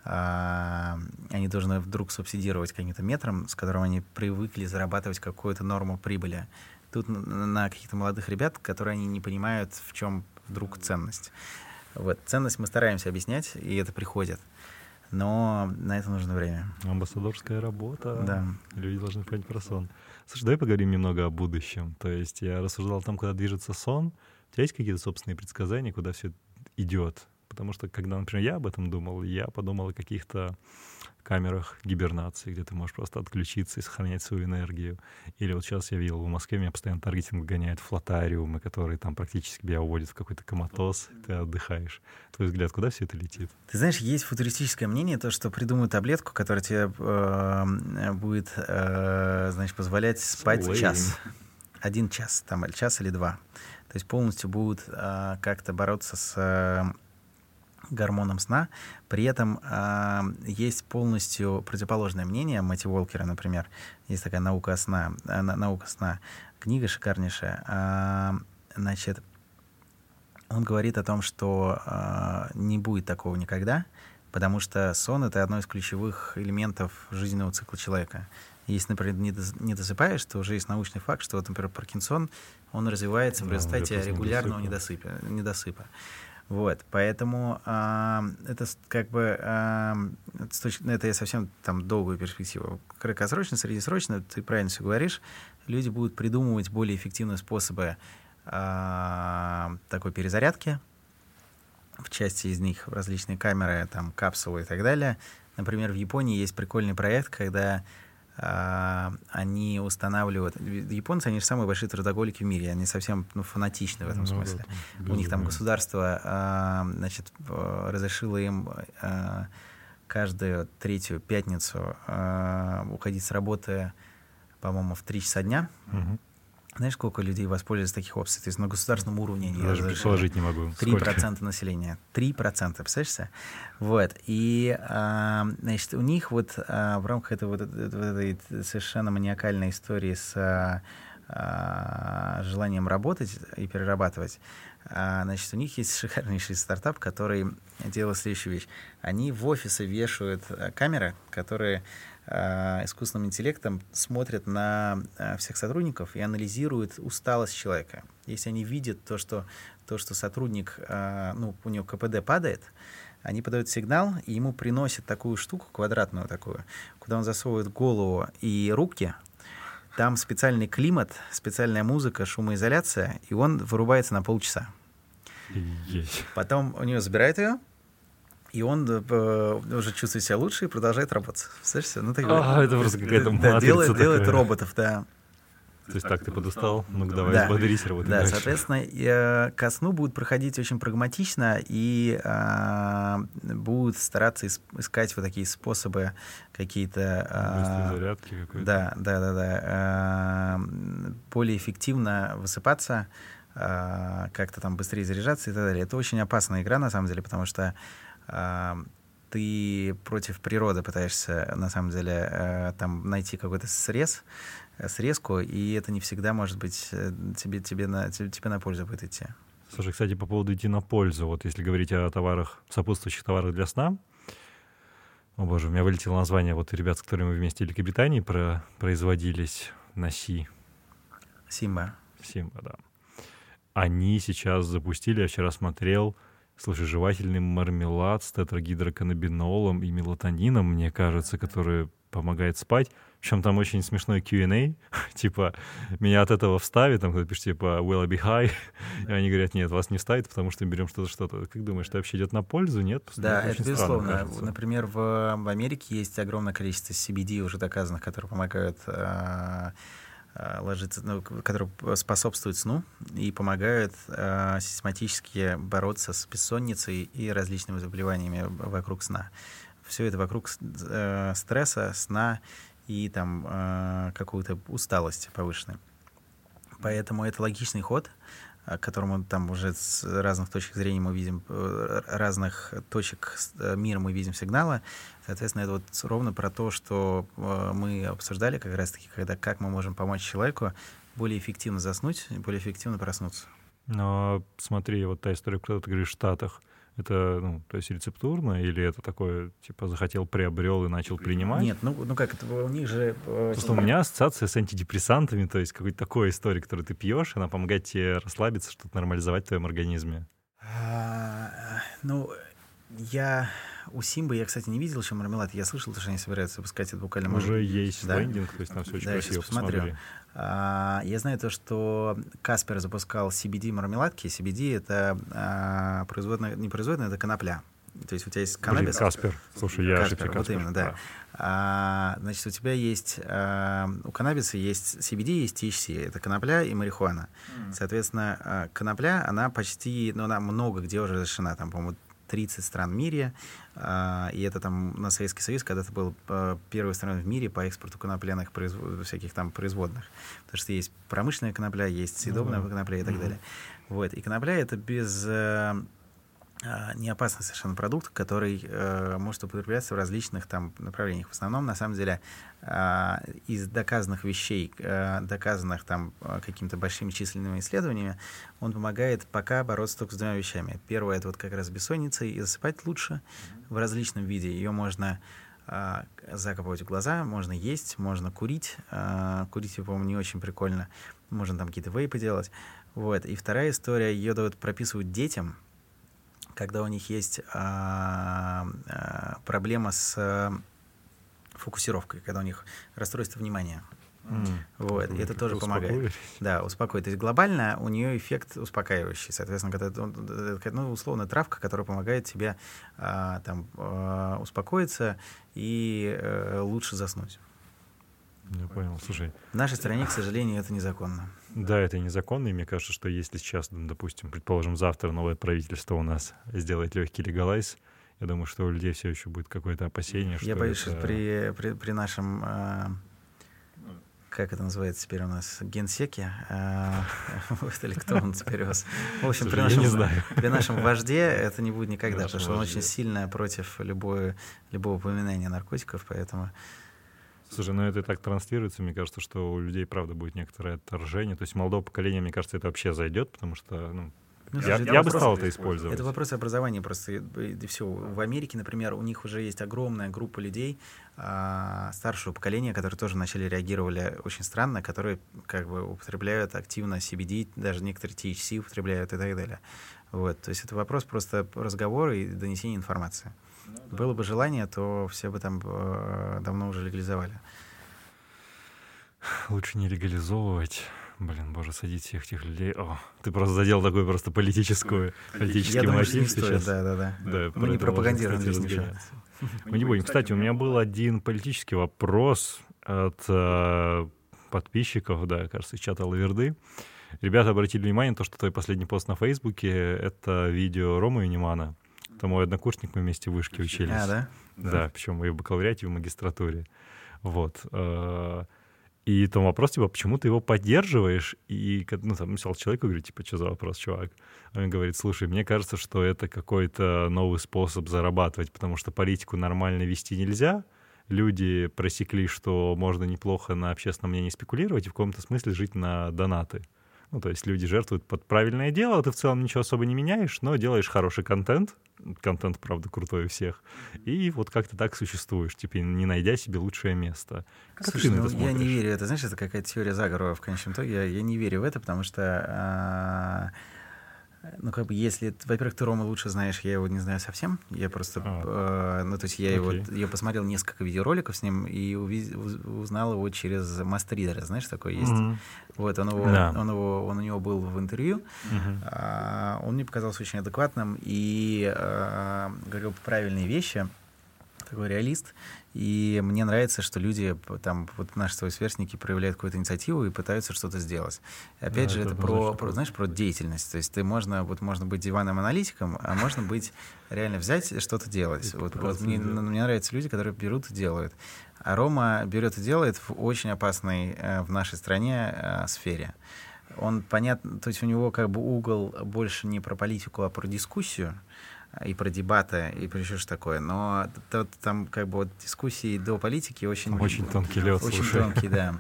они должны вдруг субсидировать каким-то метром, с которым они привыкли зарабатывать какую-то норму прибыли. Тут на каких-то молодых ребят, которые они не понимают, в чем вдруг ценность. Вот. Ценность мы стараемся объяснять, и это приходит. Но на это нужно время. Амбассадорская работа. Да. Люди должны понять про сон. Слушай, давай поговорим немного о будущем. То есть я рассуждал о том, куда движется сон. У тебя есть какие-то собственные предсказания, куда все идет? Потому что, когда, например, я об этом думал, я подумал о каких-то камерах гибернации, где ты можешь просто отключиться и сохранять свою энергию. Или вот сейчас я видел, в Москве меня постоянно таргетинг гоняет флотариумы, которые там практически тебя уводят в какой-то коматоз, ты отдыхаешь. Твой взгляд, куда все это летит? Ты знаешь, есть футуристическое мнение, то, что придумают таблетку, которая тебе э, будет, э, значит, позволять спать Слейм. час. Один час, там, час или два. То есть полностью будут э, как-то бороться с... Э, гормоном сна. При этом э, есть полностью противоположное мнение. Мэтти Уолкера, например, есть такая наука сна, э, наука сна, книга шикарнейшая. Э, значит, он говорит о том, что э, не будет такого никогда, потому что сон — это одно из ключевых элементов жизненного цикла человека. Если, например, не досыпаешь, то уже есть научный факт, что, вот, например, Паркинсон, он развивается в результате да, регулярного недосыпа. недосыпа. Вот, поэтому э, это как бы, э, это я совсем там долгую перспективу. Краткосрочно, среднесрочно, ты правильно все говоришь, люди будут придумывать более эффективные способы э, такой перезарядки. В части из них различные камеры, там, капсулы и так далее. Например, в Японии есть прикольный проект, когда Uh, они устанавливают... Японцы, они же самые большие трудоголики в мире, они совсем ну, фанатичны в этом ну, смысле. Да, У них там государство uh, значит, разрешило им uh, каждую третью пятницу uh, уходить с работы, по-моему, в три часа дня. Uh-huh. Знаешь, сколько людей воспользуются таких опций? То есть на государственном уровне... Я даже предположить не могу. три процента населения. три процента, представляешь? Вот. И, а, значит, у них вот а, в рамках этой, вот, этой совершенно маниакальной истории с а, желанием работать и перерабатывать, а, значит, у них есть шикарнейший стартап, который делает следующую вещь. Они в офисы вешают камеры, которые... искусственным интеллектом смотрят на всех сотрудников и анализируют усталость человека. Если они видят то, что, то, что сотрудник, ну, у него ка пэ дэ падает, они подают сигнал, и ему приносят такую штуку, квадратную такую, куда он засовывает голову и руки. Там специальный климат, специальная музыка, шумоизоляция, и он вырубается на полчаса. Есть. Потом у нее забирают ее, и он э, уже чувствует себя лучше и продолжает работать. Представляешь? Ну, так, а, это просто какая-то да, матрица делает, такая. делает роботов, да. То есть так, ты подустал? Ну-ка, давай, да. взбодрись, работай Да, дальше. соответственно, э, ко сну будут проходить очень прагматично и э, будут стараться ис- искать вот такие способы какие-то... Быстрой Э, зарядки какой-то. Да, да, да, да. Э, более эффективно высыпаться, э, как-то там быстрее заряжаться и так далее. Это очень опасная игра, на самом деле, потому что э, ты против природы пытаешься, на самом деле, э, там найти какой-то срез, срезку, и это не всегда, может быть, тебе, тебе, на, тебе, тебе на пользу будет идти. Слушай, кстати, по поводу идти на пользу, вот если говорить о товарах, сопутствующих товарах для сна, о боже, у меня вылетело название вот ребят, с которыми мы вместе в Великобритании про, производились на Си. Симба. Симба, да. Они сейчас запустили, я вчера смотрел, слушай, жевательный мармелад с тетрагидроканнабинолом и мелатонином, мне кажется, который помогает спать. Причем там очень смешной кью энд эй, типа, меня от этого вставит, там кто-то пишет, типа, will I be high? И они говорят, нет, вас не вставит, потому что мы берем что-то, что-то. Как думаешь, это вообще идет на пользу, нет? Да, это это безусловно. Например, в, в Америке есть огромное количество си би ди уже доказанных, которые помогают э, э, ложиться, ну, которые способствуют сну и помогают э, систематически бороться с бессонницей и различными заболеваниями вокруг сна. Все это вокруг э, стресса, сна и там э, какой-то усталости повышенной. Поэтому это логичный ход, к которому там уже с разных точек зрения мы видим, разных точек мира мы видим сигналы. Соответственно, это вот ровно про то, что э, мы обсуждали как раз-таки, когда как мы можем помочь человеку более эффективно заснуть, более эффективно проснуться. Но смотри, вот та история, когда ты говоришь в Штатах, это, ну, то есть рецептурно, или это такое, типа, захотел, приобрел и начал принимать? Нет, ну, ну как, это у них же... Просто у меня ассоциация с антидепрессантами, то есть какой-то такой истории, которую ты пьешь, она помогает тебе расслабиться, что-то нормализовать в твоем организме. А, ну, я... У Симбы я, кстати, не видел еще мармелад. Я слышал, что они собираются выпускать это буквально... Уже может... есть да? лендинг, то есть там все очень да, красиво, посмотрю. А, я знаю то, что Каспер запускал си би ди-мармеладки. си би ди — это а, производная, не производная, это конопля. То есть у тебя есть каннабис. Блин, Каспер. Слушай, я ошибся, Каспер. Вот Каспер. именно, да. да. А, значит, у тебя есть... А, у каннабиса есть си би ди, есть ти эйч си. Это конопля и марихуана. Mm. Соответственно, конопля, она почти... Ну, она много где уже разрешена. Там, по-моему, тридцать стран в мире, э, и это там на Советский Союз, когда это был э, первой страной в мире по экспорту конопляных производ... всяких там производных. Потому что есть промышленная конопля, есть съедобная mm-hmm. конопля и так mm-hmm. далее. Вот. И конопля — это без... Э, неопасный совершенно продукт, который э, может употребляться в различных там направлениях. В основном, на самом деле, э, из доказанных вещей, э, доказанных там какими-то большими численными исследованиями, он помогает пока бороться только с двумя вещами. Первое — это вот как раз бессонница, и засыпать лучше в различном виде. Ее можно э, закапывать в глаза, можно есть, можно курить. Э, курить, по-моему, не очень прикольно. Можно там какие-то вейпы делать. Вот. И вторая история, ее дают, прописывают детям, когда у них есть а, а, проблема с а, фокусировкой, когда у них расстройство внимания. Mm. Вот, и это тоже помогает. Да, успокоит. То есть глобально у нее эффект успокаивающий. Соответственно, когда это, ну, условно, травка, которая помогает тебе а, там, а, успокоиться и а, лучше заснуть. Я понял, слушай. В нашей стране, к сожалению, это незаконно. Да, это незаконно, и мне кажется, что если сейчас, допустим, предположим, завтра новое правительство у нас сделает легкий легалайз, я думаю, что у людей все еще будет какое-то опасение, что Я боюсь, это... что при, при, при нашем... Э, как это называется теперь у нас? Генсеке? Э, или кто он теперь у вас? В общем, Слушай, при, нашем, не знаю. при нашем вожде это не будет никогда, потому что он очень сильно против любой, любого упоминания наркотиков, поэтому... Слушай, ну это и так транслируется, мне кажется, что у людей, правда, будет некоторое отторжение. То есть молодого поколения, мне кажется, это вообще зайдет, потому что, ну, ну я, слушай, я бы стал это использовать. Это вопрос образования просто. И, и все. В Америке, например, у них уже есть огромная группа людей а, старшего поколения, которые тоже начали реагировали очень странно, которые как бы употребляют активно си би ди, даже некоторые ти эйч си употребляют и так далее. Вот. То есть это вопрос просто разговора и донесения информации. Ну, да. Было бы желание, то все бы там э, давно уже легализовали. Лучше не легализовывать. Блин, боже, садить всех этих людей. О, ты просто задел такой просто политическую, политический Я думаю, что не мотив стоит, сейчас. да, да, да. Да, Мы не это пропагандируем можно, здесь кстати, ничего. разгоняться. Мы не будем. Кстати, у меня был один политический вопрос от э, подписчиков, да, кажется, из чата Лаверды. Ребята обратили внимание на то, что твой последний пост на Фейсбуке — это видео Ромы Юнимана. Это мой однокурсник, мы вместе в вышке учились. А, да? Да, причем и в бакалавриате, и в магистратуре. Вот. И там вопрос, типа, почему ты его поддерживаешь? И, ну, там, написал человеку, говорю, типа, что за вопрос, чувак? Он говорит, слушай, мне кажется, что это какой-то новый способ зарабатывать, потому что политику нормально вести нельзя. Люди просекли, что можно неплохо на общественном мнении спекулировать и в каком-то смысле жить на донаты. Ну, то есть люди жертвуют под правильное дело, ты в целом ничего особо не меняешь, но делаешь хороший контент. Контент, правда, крутой у всех. И вот как-то так существуешь, типа, не найдя себе лучшее место. Как Слушай, ты на ну, это я не смотришь? верю. Это, знаешь, это какая-то теория заговора в конечном итоге. Я, я не верю в это, потому что... А... Ну, как бы, если, во-первых, ты Рому лучше знаешь, я его не знаю совсем. Я просто, а, э, ну, то есть я его, я посмотрел несколько видеороликов с ним и уви- узнал его через Мастридера, знаешь, такой есть. Mm-hmm. Вот, он его, да. он его, он у него был в интервью, mm-hmm. а, он мне показался очень адекватным и а, говорил правильные вещи, такой реалист. И мне нравится, что люди, там, вот наши свои сверстники проявляют какую-то инициативу и пытаются что-то сделать. И опять да, же, это, это про, про, знаешь, про деятельность. То есть ты можно, вот можно быть диванным аналитиком, а можно быть реально взять и что-то делать. Вот, вот мне, мне нравятся люди, которые берут и делают. А Рома берет и делает в очень опасной э, в нашей стране э, сфере. Он, понятно, то есть у него как бы угол больше не про политику, а про дискуссию. И про дебаты, и про еще что такое. Но т- там как бы вот дискуссии до политики очень... Очень тонкий лед, Очень слушай. тонкий, да.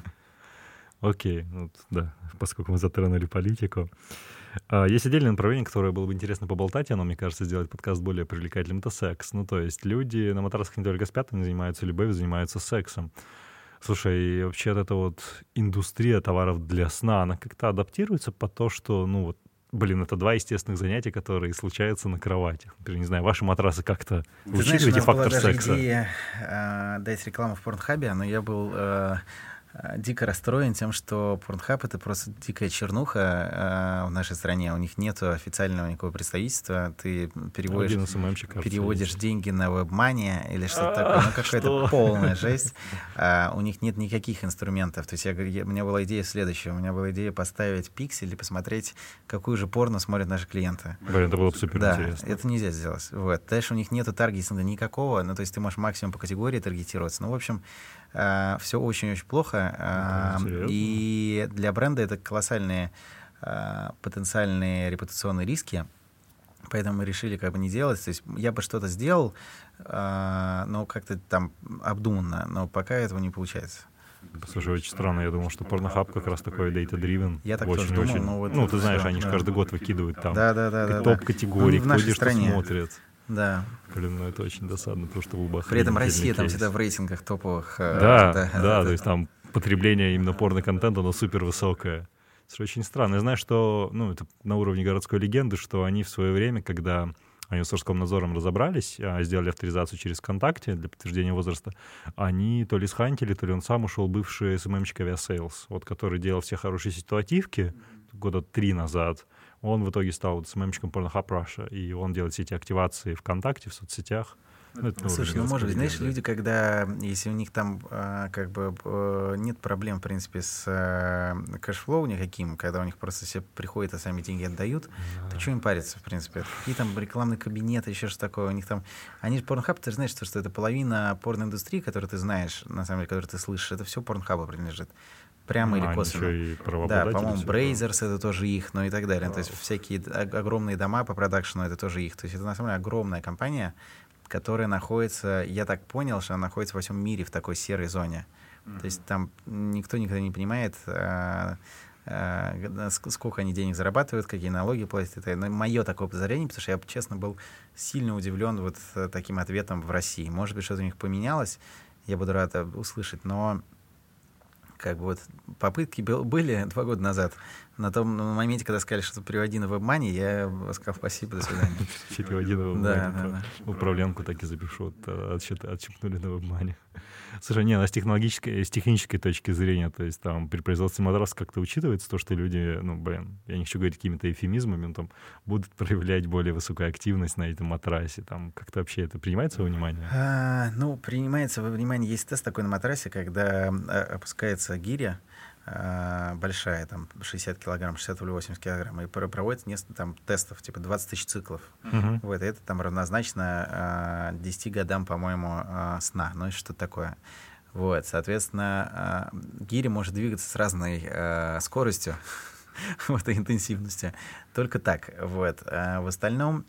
Окей, ну, да, поскольку мы затронули политику. Есть отдельное направление, которое было бы интересно поболтать, и оно, мне кажется, сделать подкаст более привлекательным — это секс. Ну, то есть люди на матрасах не только спят, они занимаются любовью, занимаются сексом. Слушай, и вообще эта вот индустрия товаров для сна, она как-то адаптируется по то, что, ну, вот, блин, это два естественных занятия, которые случаются на кровати. Например, не знаю, ваши матрасы как-то Ты учитываете знаешь, фактор была даже секса? Идея э, дать рекламу в Порнхабе, но я был э, дико расстроен тем, что Порнхаб — это просто дикая чернуха э, в нашей стране. У них нет официального никакого представительства. Ты переводишь, переводишь деньги на WebMoney или что-то такое. Ну, какая-то полная жесть. А, у них нет никаких инструментов. То есть я, я, у меня была идея следующая. У меня была идея поставить пиксель и посмотреть, какую же порно смотрят наши клиенты. Блин, это было бы супер да, интересно. Это нельзя сделать. Вот. Дальше у них нету таргетинга никакого. Ну, то есть ты можешь максимум по категории таргетироваться. Ну, в общем, Uh, все очень-очень плохо, uh, и для бренда это колоссальные uh, потенциальные репутационные риски, поэтому мы решили как бы не делать. То есть я бы что-то сделал, uh, но как-то там обдуманно, но пока этого не получается. Слушай, очень странно. Я думал, что Pornhub как раз такой data-driven. Я так очень, тоже думал, очень... но вот... Ну, ты знаешь, все, они же да. каждый год выкидывают там да, да, да, да, топ-категории, да. кто где что смотрит. Да. Блин, ну это очень досадно, потому что был бы При этом Россия кейс. там всегда в рейтингах топовых. Да, да, да, да, то есть там потребление именно порно-контента, оно супер высокое. Это очень странно. Я знаю, что, ну, это на уровне городской легенды, что они в свое время, когда они с Роскомнадзором разобрались, сделали авторизацию через ВКонтакте для подтверждения возраста, они то ли схантили, то ли он сам ушел, бывший эс эм эм-щик Aviasales, вот, который делал все хорошие ситуативки года три назад. Он в итоге стал эс эм эм-щиком Pornhub Russia, и он делает все эти активации ВКонтакте, в соцсетях. Ну, слушай, ну, может быть, знаешь, люди, когда, если у них там а, как бы а, нет проблем, в принципе, с а, кэшфлоу никаким, когда у них просто все приходят, а сами деньги отдают, yeah. то что им париться, в принципе? Какие там рекламные кабинеты, еще что такое, у них там... Они же Pornhub, ты же знаешь, что, что это половина порноиндустрии, которую ты знаешь, на самом деле, которую ты слышишь, это все Pornhub принадлежит. Прямо а, или косвенно. Да, по-моему, Brazers — это тоже их, ну и так далее. Wow. То есть всякие огромные дома по продакшену — это тоже их. То есть это, на самом деле, огромная компания, которая находится, я так понял, что она находится во всем мире в такой серой зоне. Mm-hmm. То есть там никто никогда не понимает, а, а, сколько они денег зарабатывают, какие налоги платят. Это мое такое подозрение, потому что я, честно, был сильно удивлен вот таким ответом в России. Может быть, что-то у них поменялось, я буду рад услышать, но как бы вот попытки были два года назад На том моменте, когда сказали, что переводи на WebMoney, я сказал спасибо, до свидания. Переводи на WebMoney. Да, да, да. Управленку так и запишу, отщипнули на WebMoney. Слушай, не, с технологической, с технической точки зрения, то есть там при производстве матраса как-то учитывается то, что люди, ну, блин, я не хочу говорить какими-то эвфемизмами, но там будут проявлять более высокую активность на этом матрасе, там как-то вообще это принимается во внимание? А, ну, принимается во внимание, есть тест такой на матрасе, когда опускается гиря, большая, там, шестьдесят килограмм, шестьдесят или восемьдесят килограмм, и проводится несколько там тестов, типа двадцать тысяч циклов. Uh-huh. Вот, и это там равнозначно э, десяти годам, по-моему, э, сна, ну и что-то такое. Вот, соответственно, э, гиря может двигаться с разной э, скоростью, вот, и интенсивностью. Только так, вот. А в остальном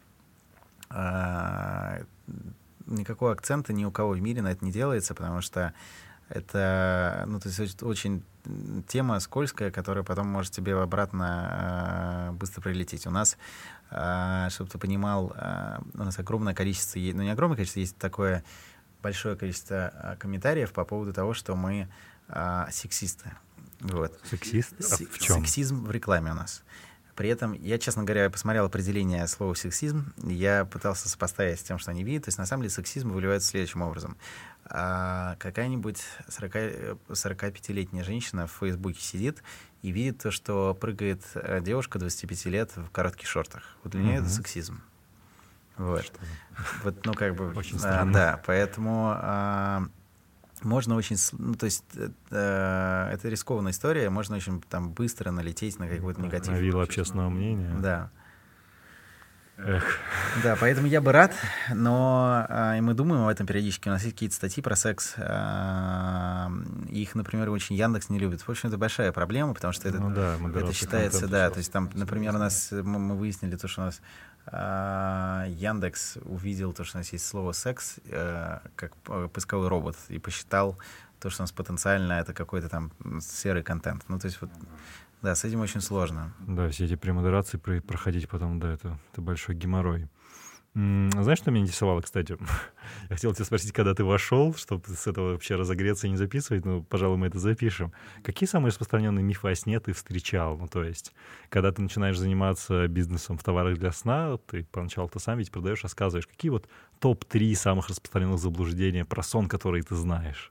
э, никакого акцента ни у кого в мире на это не делается, потому что это, ну, то есть очень тема скользкая, которая потом может тебе обратно э, быстро прилететь. У нас, э, чтобы ты понимал, э, у нас огромное количество, ну, не огромное количество, есть такое большое количество комментариев по поводу того, что мы э, сексисты. Вот. Сексист? А в чем? Сексизм в рекламе у нас. При этом, я, честно говоря, посмотрел определение слова «сексизм», я пытался сопоставить с тем, что они видят. То есть, на самом деле, сексизм выливается следующим образом. А какая-нибудь сорокапятилетняя женщина в Фейсбуке сидит и видит то, что прыгает девушка двадцати пяти лет в коротких шортах. Вот для mm-hmm. нее это сексизм. Вот. Вот, ну, как бы... Очень странно. А, да, поэтому... А, можно очень, ну, то есть э, это рискованная история, можно очень там быстро налететь на какой-то негатив. На вилла общественного мнения. Да. Эх. Да, поэтому я бы рад, но э, и мы думаем об этом периодически. У нас есть какие-то статьи про секс. Э, их, например, очень Яндекс не любит. В общем, это большая проблема, потому что это, ну, да, это считается, да, то есть там, например, у нас мы, мы выяснили то, что у нас Яндекс увидел то, что у нас есть слово «секс» э, как поисковой робот и посчитал то, что у нас потенциально это какой-то там серый контент. Ну, то есть вот, да, с этим очень сложно. Да, все эти премодерации проходить потом, да, это, это большой геморрой. Знаешь, что меня интересовало, кстати? Я хотел тебя спросить, когда ты вошел, чтобы с этого вообще разогреться и не записывать, ну, пожалуй, мы это запишем. Какие самые распространенные мифы о сне ты встречал? Ну, то есть, когда ты начинаешь заниматься бизнесом в товарах для сна, ты поначалу ты сам ведь продаешь, рассказываешь, какие вот топ три самых распространенных заблуждения про сон, которые ты знаешь?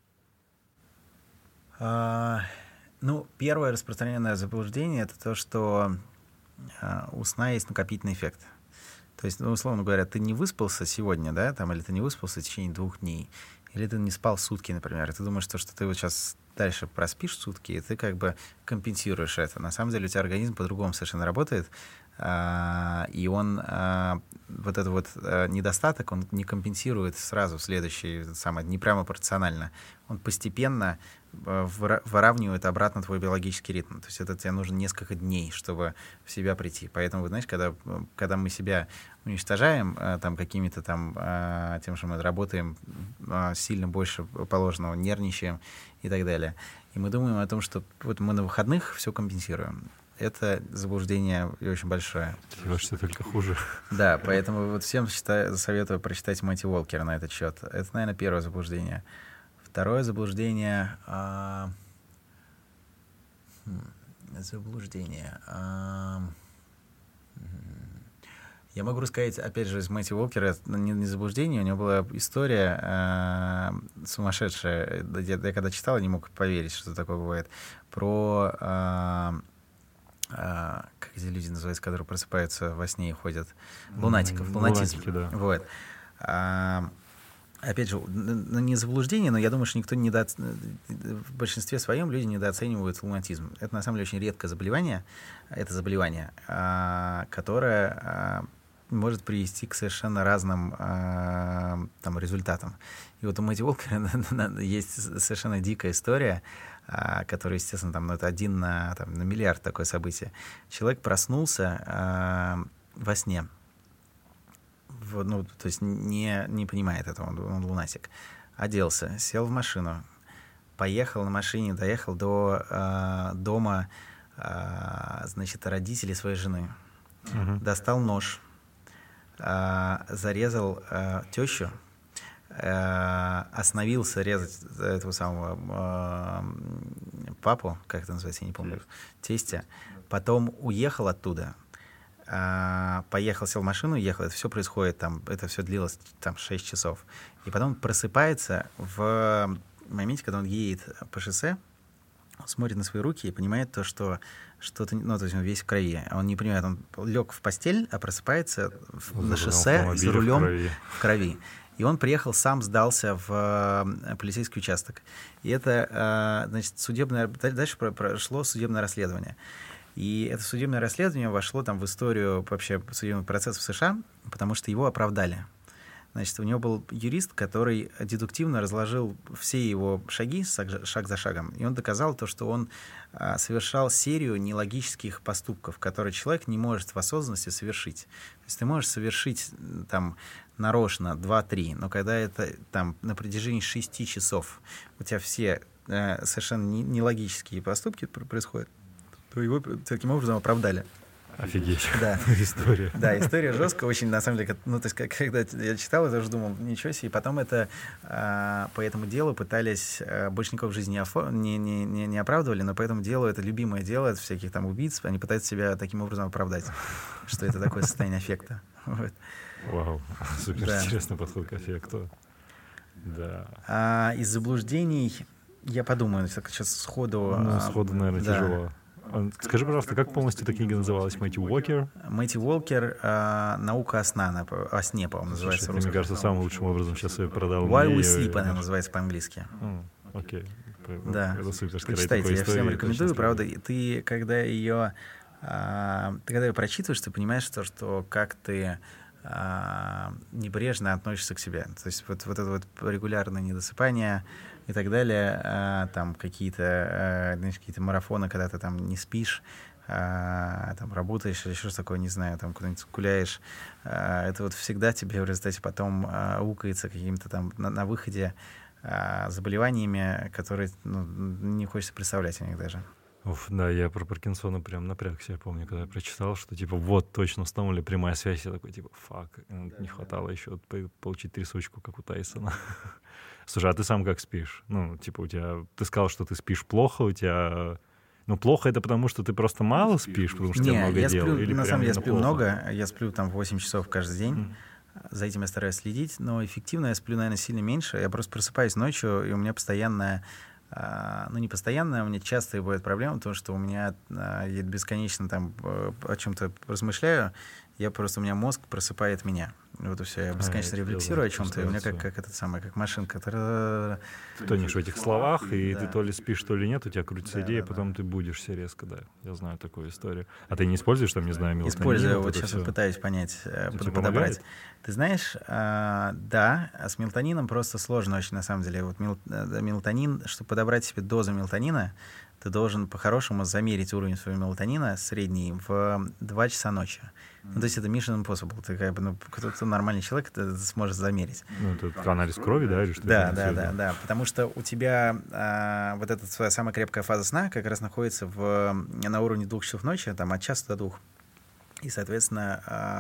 А, ну, первое распространенное заблуждение — это то, что а, у сна есть накопительный эффект. То есть, ну, условно говоря, ты не выспался сегодня, да, там, или ты не выспался в течение двух дней, или ты не спал сутки, например, и ты думаешь, что, что ты вот сейчас дальше проспишь сутки, и ты как бы компенсируешь это. На самом деле у тебя организм по-другому совершенно работает, а, и он а, вот этот вот а, недостаток, он не компенсирует сразу в следующий, самое, не прямо пропорционально. Он постепенно выравнивает обратно твой биологический ритм. То есть это тебе нужно несколько дней, чтобы в себя прийти. Поэтому, вы знаешь, когда, когда мы себя уничтожаем там какими-то там, тем, что мы работаем сильно больше положенного, нервничаем и так далее, и мы думаем о том, что вот мы на выходных все компенсируем. Это заблуждение очень большое. Делаешься только хуже. Да, поэтому вот всем считаю, советую прочитать Мэтью Уолкера на этот счет. Это, наверное, первое заблуждение. Второе заблуждение... А... Заблуждение... А... Я могу рассказать, опять же, из Мэтью Уолкера, не, не заблуждение, у него была история а... сумасшедшая. Я, я когда читал, я не мог поверить, что такое бывает. Про... А... А... Как эти люди называются, которые просыпаются во сне и ходят? Лунатиков, лунатизм. Лунатики, да. Вот. А... Опять же, ну, не заблуждение, но я думаю, что никто не недо... в большинстве своем люди недооценивают лунатизм. Это, на самом деле, очень редкое заболевание. Это заболевание, которое может привести к совершенно разным там, результатам. И вот у Мэтью Уолкера есть совершенно дикая история, которая, естественно, там, ну, это один на, там, на миллиард такое событие. Человек проснулся во сне. Ну, то есть не, не понимает этого, он, он лунатик. Оделся, сел в машину, поехал на машине, доехал до э, дома, э, значит, родителей своей жены. Uh-huh. Достал нож, э, зарезал э, тещу, э, остановился резать этого самого э, папу, как это называется, я не помню, тестя, потом уехал оттуда, э, поехал, сел в машину, ехал, это все происходит там, это все длилось там шесть часов, и потом просыпается в моменте, когда он едет по шоссе, он смотрит на свои руки и понимает то, что что-то, ну, то есть он весь в крови. Он не понимает, он лег в постель, а просыпается в, на шоссе за рулем в крови. в крови. И он приехал, сам сдался в э, полицейский участок. И это, э, значит, судебное... Дальше прошло судебное расследование. И это судебное расследование вошло там в историю вообще судебного процесса в США, потому что его оправдали. Значит, у него был юрист, который дедуктивно разложил все его шаги, шаг за шагом, и он доказал то, что он а, совершал серию нелогических поступков, которые человек не может в осознанности совершить. То есть ты можешь совершить там нарочно два-три, но когда это там на протяжении шести часов у тебя все э, совершенно нелогические поступки происходят, то его таким образом оправдали. Офигеть. Да. История. Да, история жесткая очень, на самом деле. Ну, то есть, когда я читал, я тоже думал, ничего себе. И потом это а, по этому делу пытались, а, больше никого в жизни не, офо, не, не, не, не оправдывали, но по этому делу это любимое дело, это всяких там убийц, они пытаются себя таким образом оправдать, что это такое состояние аффекта. Вот. Вау, супер да. Интересный подход к аффекту. Да. А, из заблуждений, я подумаю, сейчас сходу... Ну, сходу, наверное, да. тяжело. Скажи, пожалуйста, как полностью эта книга называлась? Мэтью Уокер? Мэтью Уокер э, «Наука о, сна», о сне, по-моему, называется. Слушай, мне кажется, самым лучшим образом сейчас я продал. «While we sleep» она называется по-английски. Mm, окей. Да. Это супер. Почитайте, я всем рекомендую. Правда, ты, когда ее, э, ты, когда ее прочитываешь, ты понимаешь, то, что как ты э, небрежно относишься к себе. То есть вот, вот это вот регулярное недосыпание и так далее, а, там какие-то, а, знаешь, какие-то марафоны, когда ты там не спишь, а, там работаешь или что-то такое, не знаю, там куда-нибудь гуляешь, а, это вот всегда тебе в результате потом а, укается какими-то там на, на выходе а, заболеваниями, которые ну, не хочется представлять о них даже. Уф, да, я про Паркинсона прям напрягся, я помню, когда я прочитал, что типа вот точно установили прямая связь, я такой типа фак, не хватало еще получить трясучку, как у Тайсона. Слушай, а ты сам как спишь? Ну, типа у тебя, ты сказал, что ты спишь плохо, у тебя, ну, плохо это потому, что ты просто мало спишь, потому что не, у тебя много я дел? Сплю, или на самом деле я сплю плохо? много, я сплю там восемь часов каждый день, mm. за этим я стараюсь следить, но эффективно я сплю, наверное, сильно меньше, я просто просыпаюсь ночью, и у меня постоянная, ну, не постоянная, у меня часто бывает проблема, потому что у меня, я бесконечно там о чем-то размышляю, я просто, у меня мозг просыпает меня. Вот и все. Я бесконечно а, рефлексирую о чем-то, и у меня как, как этот самый, как машинка. Ты тонешь в этих словах, и да. ты то ли спишь, то ли нет, у тебя крутится да, идея, да, потом да. ты будишься резко, да. Я знаю такую историю. А ты не используешь там, не знаю, мелатонин? Использую, вот, вот сейчас все? пытаюсь понять, Это под, подобрать. Помогает? Ты знаешь, а, да, а с мелатонином просто сложно очень, на самом деле. Вот мел, мелатонин, чтобы подобрать себе дозу мелатонина, ты должен по-хорошему замерить уровень своего мелатонина средний в два часа ночи. Mm-hmm. Ну, то есть это mission impossible. Ты как бы, ну, кто-то нормальный человек это сможет замерить. Ну, это анализ крови, да, или что? Да, да, да, да. Потому что у тебя а, вот эта своя самая крепкая фаза сна как раз находится в, на уровне двух часов ночи, там, от часа до двух. И, соответственно,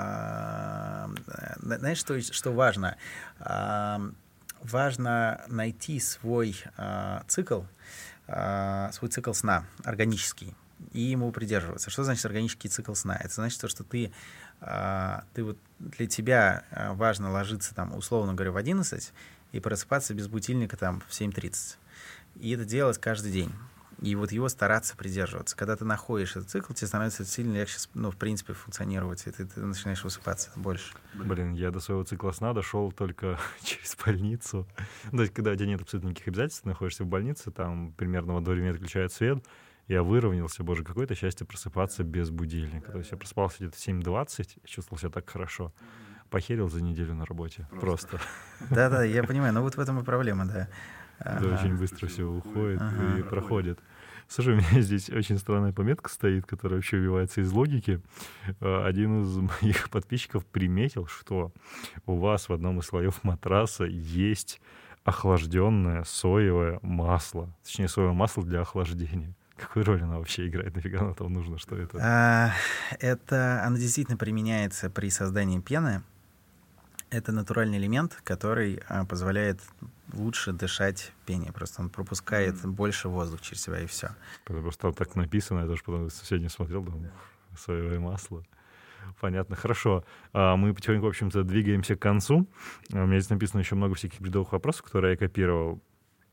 а, знаешь, что, что важно? А, важно найти свой а, цикл, свой цикл сна, органический, и ему придерживаться. Что значит органический цикл сна? Это значит, что ты, ты вот для тебя важно ложиться, там, условно говоря, в одиннадцать и просыпаться без будильника там, в семь тридцать. И это делать каждый день. И вот его стараться придерживаться. Когда ты находишь этот цикл, тебе становится сильно легче, ну, в принципе, функционировать, и ты, ты начинаешь высыпаться больше. Блин, я до своего цикла сна дошел только через больницу. То есть, когда у тебя нет абсолютно никаких обязательств, ты находишься в больнице, там примерно в одно время отключают свет, я выровнялся, боже, какое-то счастье просыпаться без будильника. То есть я просыпался где-то в семь двадцать, чувствовал себя так хорошо. Похерил за неделю на работе. Просто. Да-да, я понимаю, но вот в этом и проблема, да. Это очень быстро все уходит и проходит. Слушай, у меня здесь очень странная пометка стоит, которая вообще выбивается из логики. Один из моих подписчиков приметил, что у вас в одном из слоев матраса есть охлажденное соевое масло. Точнее, соевое масло для охлаждения. Какую роль она вообще играет? Нафига оно там нужно? Что это? А, это, оно действительно применяется при создании пены. Это натуральный элемент, который а, позволяет лучше дышать пение. Просто он пропускает mm. больше воздуха через себя, и все. Просто так написано, я тоже потом соседний смотрел, думаю, соевое масло. Понятно, хорошо. Мы потихоньку, в общем-то, двигаемся к концу. У меня здесь написано еще много всяких бредовых вопросов, которые я копировал.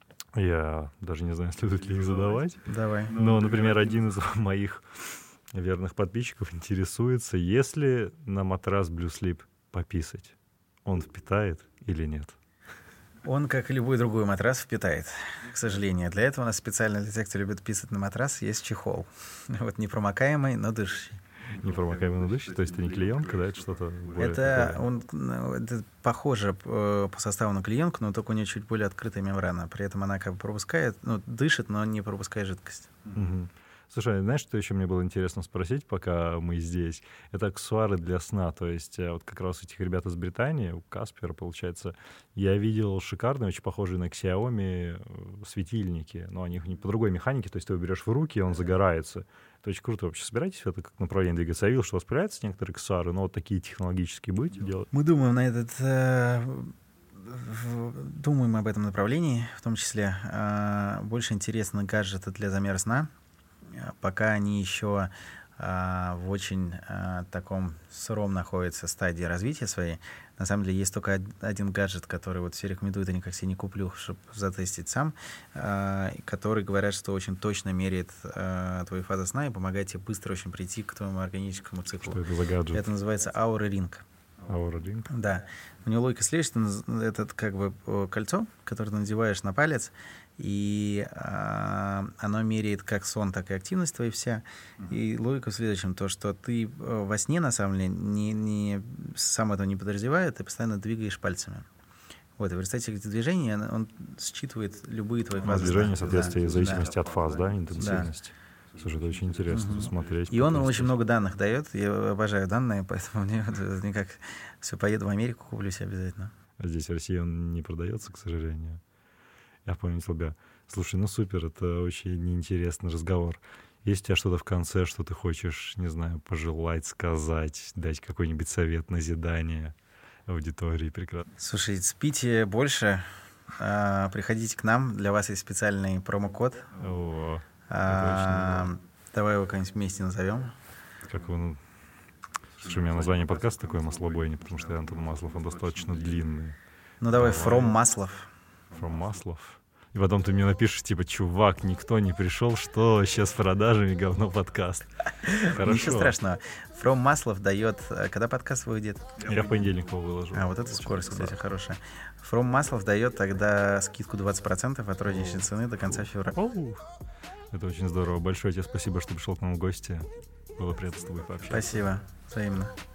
Я даже не знаю, следует ли их задавать. Давай. Но, например, один из моих верных подписчиков интересуется, если на матрас Blue Sleep пописать, он впитает или нет? Он, как и любой другой матрас, впитает, к сожалению. Для этого у нас специально для тех, кто любит писать на матрас, есть чехол. Вот непромокаемый, но дышащий. Непромокаемый, но дышащий? То есть это не клеенка, да? Это что-то более это, он, это похоже по составу на клеенку, но только у нее чуть более открытая мембрана. При этом она как бы пропускает, ну, дышит, но не пропускает жидкость. Угу. Слушай, знаешь, что еще мне было интересно спросить, пока мы здесь? Это аксессуары для сна. То есть вот как раз этих ребят из Британии, у Каспера, получается, я видел шикарные, очень похожие на Xiaomi светильники. Но они не по другой механике, то есть ты его берешь в руки, и он загорается. Это очень круто. Вообще собираетесь в это как направление двигаться? Я видел, что у вас появляются некоторые аксессуары, но вот такие технологические будете делать? Мы думаем на этот... Э, думаем об этом направлении, в том числе э, больше интересны гаджеты для замера сна. Пока они еще а, в очень а, таком сыром находятся стадии развития своей. На самом деле есть только один гаджет, который вот все рекомендуют, я никак себе не куплю, чтобы затестить сам, а, который говорят, что очень точно меряет а, твою фазу сна и помогает тебе быстро очень прийти к твоему органическому циклу. Что это за гаджет? Это называется Oura Ring. Oura Ring? Да. У него логика следующая. Это как бы кольцо, которое ты надеваешь на палец, и а, оно меряет как сон, так и активность твоя вся. Mm-hmm. И логика в следующем, то, что ты во сне, на самом деле, не, не, сам этого не подразумевая, ты постоянно двигаешь пальцами. Вот, и в результате этих движений он, он считывает любые твои фазы. Движение, соответственно, да. в зависимости да. от фаз, да, интенсивности. Да. Слушай, это очень интересно mm-hmm. посмотреть. И он очень много данных дает. Я обожаю данные, поэтому мне никак все, поеду в Америку, куплю себе обязательно. А здесь в России он не продается, к сожалению. Я понял тебя. Слушай, ну супер, это очень неинтересный разговор. Есть у тебя что-то в конце, что ты хочешь, не знаю, пожелать, сказать, дать какой-нибудь совет, назидание аудитории? Прекрасно. Слушай, спите больше, а, приходите к нам, для вас есть специальный промокод. О, а, давай его как-нибудь вместе назовем. Как он... Слушай, у меня название подкаста такое «Маслобойня», потому что я Антон Маслов, он достаточно длинный. Ну давай, давай. From Маслов. From Маслов. И потом ты мне напишешь, типа, чувак, никто не пришел, что сейчас с продажами, говно подкаст. Хорошо. Ничего страшного. From Маслов дает... Когда подкаст выйдет? Я в понедельник его выложу. А, вот это скорость, кстати, хорошая. From Маслов дает тогда скидку двадцать процентов от розничной цены до конца февраля. Оу. Это очень здорово. Большое тебе спасибо, что пришел к нам в гости. Было приятно с тобой пообщаться. Спасибо. Взаимно.